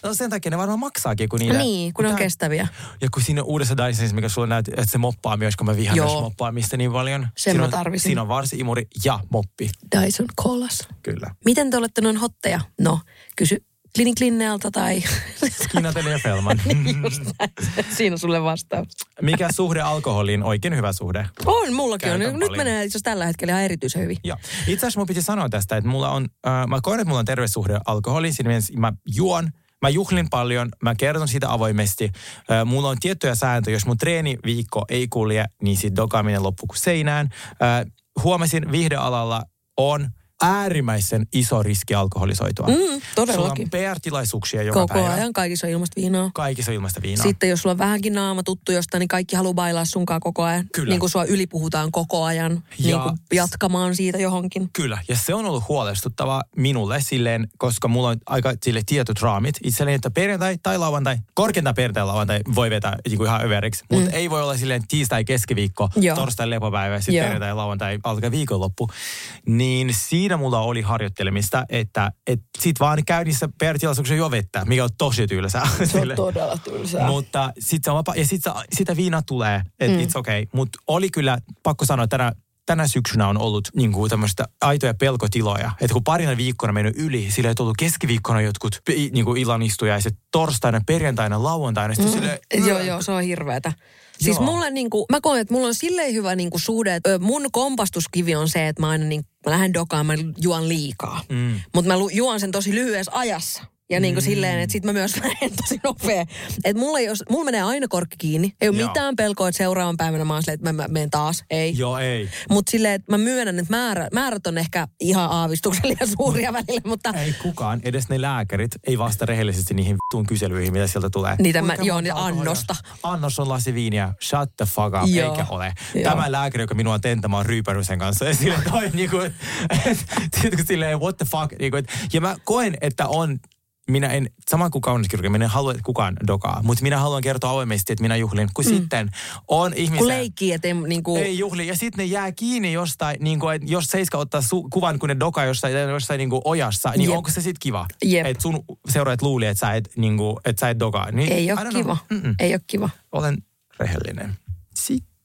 No sen takia ne varmaan maksaakin, kun niitä... Niin, kun ne on kestäviä. Ja kun siinä uudessa Dysonissa, mikä sulla näytti, että se moppaa myös, kun mä vihaan Joo. myös moppaamista niin paljon. Sen siinä mä on, tarvisin. Siinä on varsi-imuri ja moppi. Dyson Colas. Kyllä. Miten te olette noin hotteja? No, kysy Clinic Linnealta tai... Skinateli ja Felman. niin just näin. Siinä sulle vastaus. Mikä suhde alkoholiin? Oikein hyvä suhde. On, mullakin on. Käytän Nyt paljon. menee itse asiassa tällä hetkellä ihan erityisen hyvin. Joo. Itse asiassa mun piti sanoa tästä, että mulla on, äh, mä koen, että mulla on terveyssuhde alkoholiin. Siinä mielessä mä juon, mä juhlin paljon, mä kerton siitä avoimesti. Äh, mulla on tiettyjä sääntöjä, jos mun treeniviikko ei kulje, niin sit dokaaminen loppuu kuin seinään. Äh, huomasin viihdealalla on äärimmäisen iso riski alkoholisoitua. Mm, todellakin. Sulla on P R-tilaisuuksia joka Koko päivä. ajan kaikissa on ilmasta viinaa. Kaikissa on ilmaista viinaa. Sitten jos sulla on vähänkin naama tuttu jostain, niin kaikki haluaa bailaa sunkaan koko ajan. Kyllä. Niin kuin sua ylipuhutaan koko ajan. Ja- Niin kuin jatkamaan siitä johonkin. Kyllä, ja se on ollut huolestuttavaa minulle silleen, koska mulla on aika sille tietyt raamit. Itselleni, että perjantai tai lauantai, korkeintaan perjantai lauantai voi vetää niin kuin ihan överiksi. Mutta mm. ei voi olla silleen tiistai, keskiviikko, Joo. torstai lepopäivä, sitten Joo. perjantai ja lauantai alkaa viikonloppu. Niin siinä mulla oli harjoittelemista, että et sit vaan käy niissä P R-tilaisuuksissa jo vettä, mikä on tosi tylsää. Se on todella tylsää. Mutta sit se on vapa- ja sit se, sitä viina tulee, että mm. it's okay. Mutta oli kyllä, pakko sanoa, että tänä, tänä syksynä on ollut niinku tämmöistä aitoja pelkotiloja. Että kun parina viikkona mennyt yli, sillä ei tullut keskiviikkona jotkut niinku illanistujaiset, torstaina, perjantaina, lauantaina. Mm. Silleen, Joo, joo, se on hirveetä. Siis Joo. mulle niinku, mä koen, että mulla on silleen hyvä niinku suhde, että ö, mun kompastuskivi on se, että mä aina niinku, mä lähden dokaan, mä juon liikaa. Mm. Mutta mä lu, juon sen tosi lyhyessä ajassa. Ja niinku mm. silleen, että sit mä myös lähden tosi nopea. Että mulla, ei os, mulla menee aina korkki kiinni. Ei ole Joo. mitään pelkoa, että seuraavan päivänä mä oon silleen, että mä, mä menen taas. Ei. Joo, ei. Mutta silleen, että mä myönnän, että määrä, määrät on ehkä ihan aavistuksellisia suuria välillä, mutta... Ei kukaan, edes ne lääkärit, ei vasta rehellisesti niihin vittuun kyselyihin, mitä sieltä tulee. Niitä mä, Kuinka joo, monta niin alkoholia? Annosta. Annos on lasi viiniä, shut the fuck up, Joo. eikä ole. Joo. Tämä lääkäri, joka minua on tentä, on ryypännyt sen kanssa. Ja silleen toi niinku, että silleen what the fuck. Niinku, et, ja mä koen, että on, minä en, saman kuin kauniskirurgi, minä en halua, että kukaan dokaa. Mutta minä haluan kertoa avoimesti, että minä juhlin. Kun mm. sitten on ihmisiä... Kun leikkii, että ei niinku... Ei juhli. Ja sitten ne jää kiinni jostain, niin kuin, että jos Seiska ottaa su- kuvan, kun ne dokaa jossain, jossain niin kuin ojassa, niin Jep. onko se sitten kiva? Jep. Että sun seuraajat luuli, että sä et, niin kuin, että sä et dokaa. Niin, Ei I ole don't kiva. know. Ei ole kiva. Olen rehellinen. Sitten.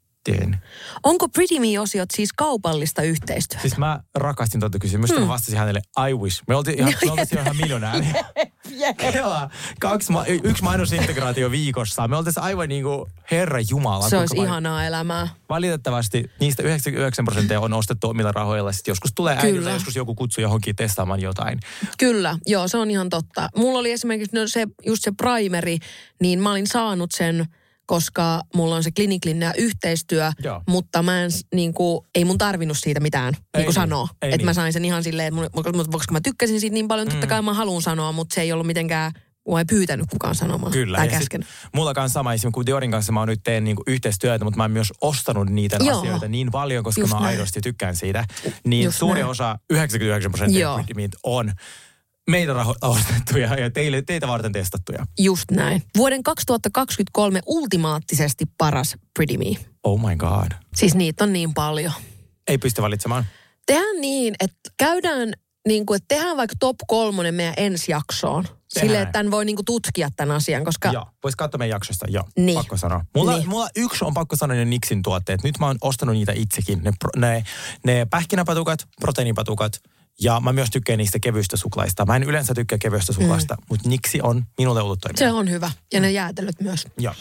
Onko Pretty Me-osiot siis kaupallista yhteistyötä? Siis mä rakastin tuota kysymystä. Hmm. Mä vastasin hänelle, I wish. Me oltiin ihan, me oltiin ihan miljonääriä. Kela, kaksi, ma- yksi mainosintegraatio viikossa. Me oltiin aivan niin kuin Herra Jumala. Se olisi kuinka ihanaa elämää. Valitettavasti niistä yhdeksänkymmentäyhdeksän prosenttia on ostettu omilla rahoilla. Sitten joskus tulee äidiltä, joskus joku kutsuu johonkin testaamaan jotain. Kyllä, joo, se on ihan totta. Mulla oli esimerkiksi no se, just se primeri, niin mä olin saanut sen, koska mulla on se Clinic Linnea yhteistyö, Joo. mutta mä en, niin kuin, ei mun tarvinnut siitä mitään niin niin, kuin sanoa. Että niin. mä sain sen ihan silleen, että mun, koska mä tykkäsin siitä niin paljon, totta kai mä haluan sanoa, mutta se ei ollut mitenkään, mua ei pyytänyt kukaan sanomaan. Kyllä. Tai Ja sit käskenyt. mulla kanssa sama esimerkiksi kuin Diorin kanssa mä oon nyt teen niinku yhteistyötä, mutta mä oon myös ostanut niitä Joo. asioita niin paljon, koska Just mä näin. aidosti tykkään siitä. Niin Just suuri näin. osa, yhdeksänkymmentäyhdeksän prosenttia Joo. on meidän raho- ostettuja ja teille, teitä varten testattuja. Just näin. Vuoden kaksituhattakaksikymmentäkolme ultimaattisesti paras Pretty Me. Oh my god. Siis niitä on niin paljon. Ei pysty valitsemaan. Tehdään niin, että käydään, niin kuin, että tehdään vaikka top kolmonen meidän ensi jaksoon. Silleen, että tämän voi niin kuin tutkia tämän asian, koska... Joo, vois katsoa meidän jaksosta, joo, Niin. pakko sanoa. Mulla, Niin. mulla yksi on pakko sanoa ne Nixin tuotteet. Nyt mä oon ostanut niitä itsekin. Ne, pro- ne, ne pähkinäpatukat, proteiinipatukat ja mä myös tykkään niistä kevyistä suklaista. Mä en yleensä tykkää kevyistä suklaista, mm. mutta Nixi on minulle ollut toimiva. Se on hyvä. Ja ne jäätelöt myös. Joo.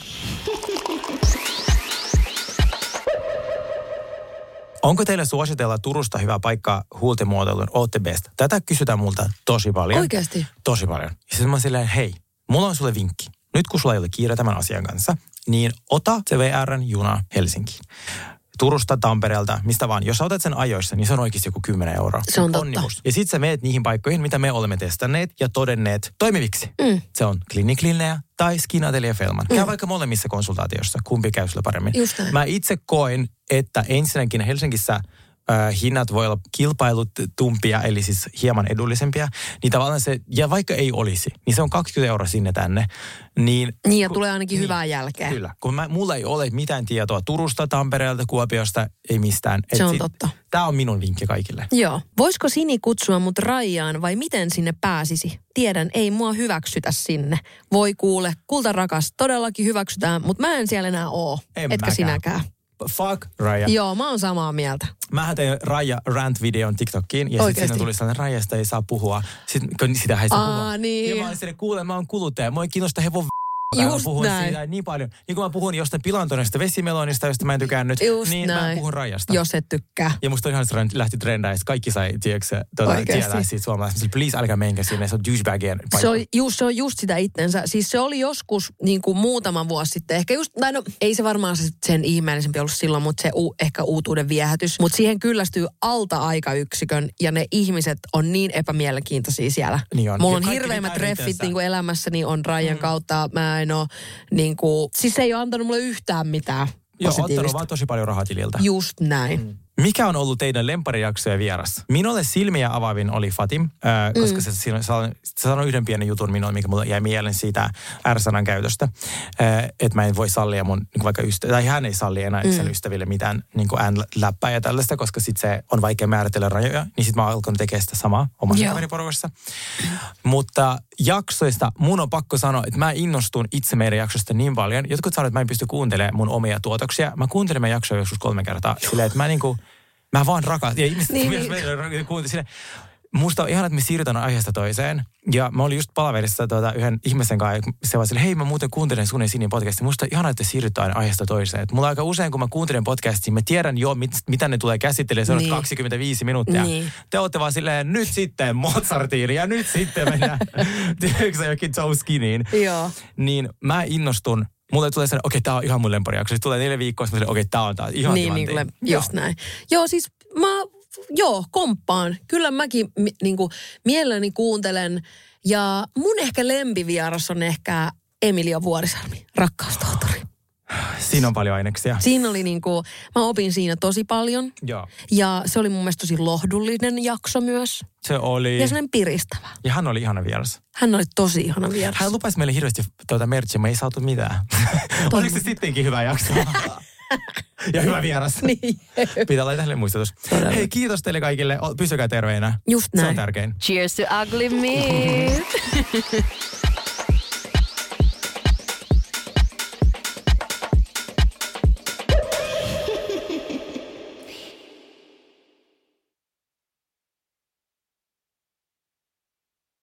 Onko teille suositella Turusta hyvä paikka huultemuotoilun Ootte Best? Tätä kysytään multa tosi paljon. Oikeasti? Tosi paljon. Ja sitten mä oon silleen, hei, mulla on sulle vinkki. Nyt kun sulla ei ole kiire tämän asian kanssa, niin ota se V R:n juna Helsinkiin. Turusta, Tampereelta, mistä vaan. Jos sä otat sen ajoissa, niin se on oikeasti joku kymmenen euroa. Se on totta. Onnibus. Ja sit sä meet niihin paikkoihin, mitä me olemme testanneet ja todenneet toimiviksi. Mm. Se on Clinic Linnea tai Skin Atelier Felman. Käy mm. vaikka molemmissa konsultaatiossa, kumpi käy sulle paremmin. Just näin. Mä itse koen, että ensinnäkin Helsingissä äh, hinnat voi olla kilpailutumpia, eli siis hieman edullisempia, niin tavallaan se, ja vaikka ei olisi, niin se on kaksikymmentä euroa sinne tänne. Niin, niin ja kun, tulee ainakin niin, hyvää jälkeä. Kyllä, kun mä, mulla ei ole mitään tietoa Turusta, Tampereelta, Kuopiosta, ei mistään. Se on totta. Tämä on minun vinkki kaikille. Joo. Voisiko Sini kutsua mut Raijaan vai miten sinne pääsisi? Tiedän, ei mua hyväksytä sinne. Voi kuule, kulta rakas, todellakin hyväksytään, mutta mä en siellä enää oo. En Etkä mäkään. sinäkään. Fuck Raija. Joo, mä oon samaa mieltä. Mähän tein Raija rant-videon TikTokiin ja sitten siinä tuli sellainen, että Raijasta ei saa puhua. Sitten sitä ei saa Aa, puhua. niin. Ja mä olin sinne, kuule, mä oon kuluttaja. Mua ei kiinnosta hevon Just puhun näin. siitä niin paljon. Niin kun mä puhun jostain pilantuneesta vesimelonista, josta mä en tykännyt, Just niin näin. mä puhun Raijasta. Jos et tykkää. Ja musta on ihan se lähti trendään, että kaikki sai, tiedätkö, tuota, tietää siitä suomalaisesta. Please, älkää menkää sinne, se on douchebagien paikka. Se on, just, se on just sitä itsensä. Siis se oli joskus niin kuin muutama vuosi sitten. Ehkä just, tai no, ei se varmaan sen ihmeellisempi ollut silloin, mutta se u, ehkä uutuuden viehätys. Mutta siihen kyllästyy alta-aikayksikön ja ne ihmiset on niin epämielenkiintoisia siellä. Niin on. Mulla Ja on kaikki hirveimmät pitää treffit itsensä. niin kuin elämässäni on Raijan mm. kautta. Mä en oo niin kuin, siis se ei ole antanut mulle yhtään mitään Joo, positiivista. ottanut vaan tosi paljon rahaa tililtä. Just näin. Mm. Mikä on ollut teidän lempparijakso ja vieras? Minulle silmiä avaavin oli Fatim, äh, koska mm. se, se, se sanoi yhden pienen jutun minulle, mikä mulle jäi mieleen siitä R-sanan käytöstä. Äh, että mä en voi sallia mun, niin vaikka ystävä, tai hän ei salli enää mm. sen ystäville mitään niin N-läppää ja tällaista, koska sit se on vaikea määritellä rajoja. Niin sit mä oon alkanut tekemään sitä samaa omassa kaveriporukassa. Mutta jaksoista mun on pakko sanoa, että mä innostun itse meidän jaksosta niin paljon. Jotkut sanoo, että mä en pysty kuuntelemaan mun omia tuotoksia. Mä kuuntelen meidän jaksoja joskus kolme kertaa silleen, että mä niinku... Mä vaan rakastan. Ja ihmiset niin, myös meidän kuuntelivat. Musta on ihana, että me siirrytään aiheesta toiseen. Ja mä olin just palaverissa tuota, yhden ihmisen kanssa. Se var sille, hei mä muuten kuuntelen sun ja Sinin podcastia. Musta on ihana, että siirrytään aiheesta toiseen. Et mulla aika usein, kun mä kuuntelen podcastia, mä tiedän jo, mit, mitä ne tulee käsittelemään. Se on niin. kaksikymmentäviisi minuuttia. Niin. Te ootte vaan silleen, nyt sitten Mozartiin ja nyt sitten mennään. Tiedätkö jokin Joe Skiniin? Joo. Niin mä innostun. Mulle tulee sellainen, okei, okay, tää on ihan mun lempparijakso. Sitten tulee neljä viikkoa, sitten okei, okay, tää on taas ihan niin, niin kuin, just näin. Joo, siis mä, joo, komppaan. Kyllä mäkin mi, niin kuin, mielelläni kuuntelen. Ja mun ehkä lempivieras on ehkä Emilia Vuorisalmi, Rakkaustohtori. Siinä on paljon aineksia. Siinä oli niin kuin, mä opin siinä tosi paljon. Joo. Ja se oli mun mielestä tosi lohdullinen jakso myös. Se oli. Ja sellainen piristävä. Ja hän oli ihana vieras. Hän oli tosi ihana vieras. Hän lupasi meille hirveästi tuota merchia, me ei saatu mitään. Oliko se sittenkin hyvä jakso? Ja hyvä vieras. Niin. Pitää laittaa hänelle muistutus. Todella. Hei, kiitos teille kaikille. Pysykää terveinä. Just näin. Se on tärkein. Cheers to ugly me.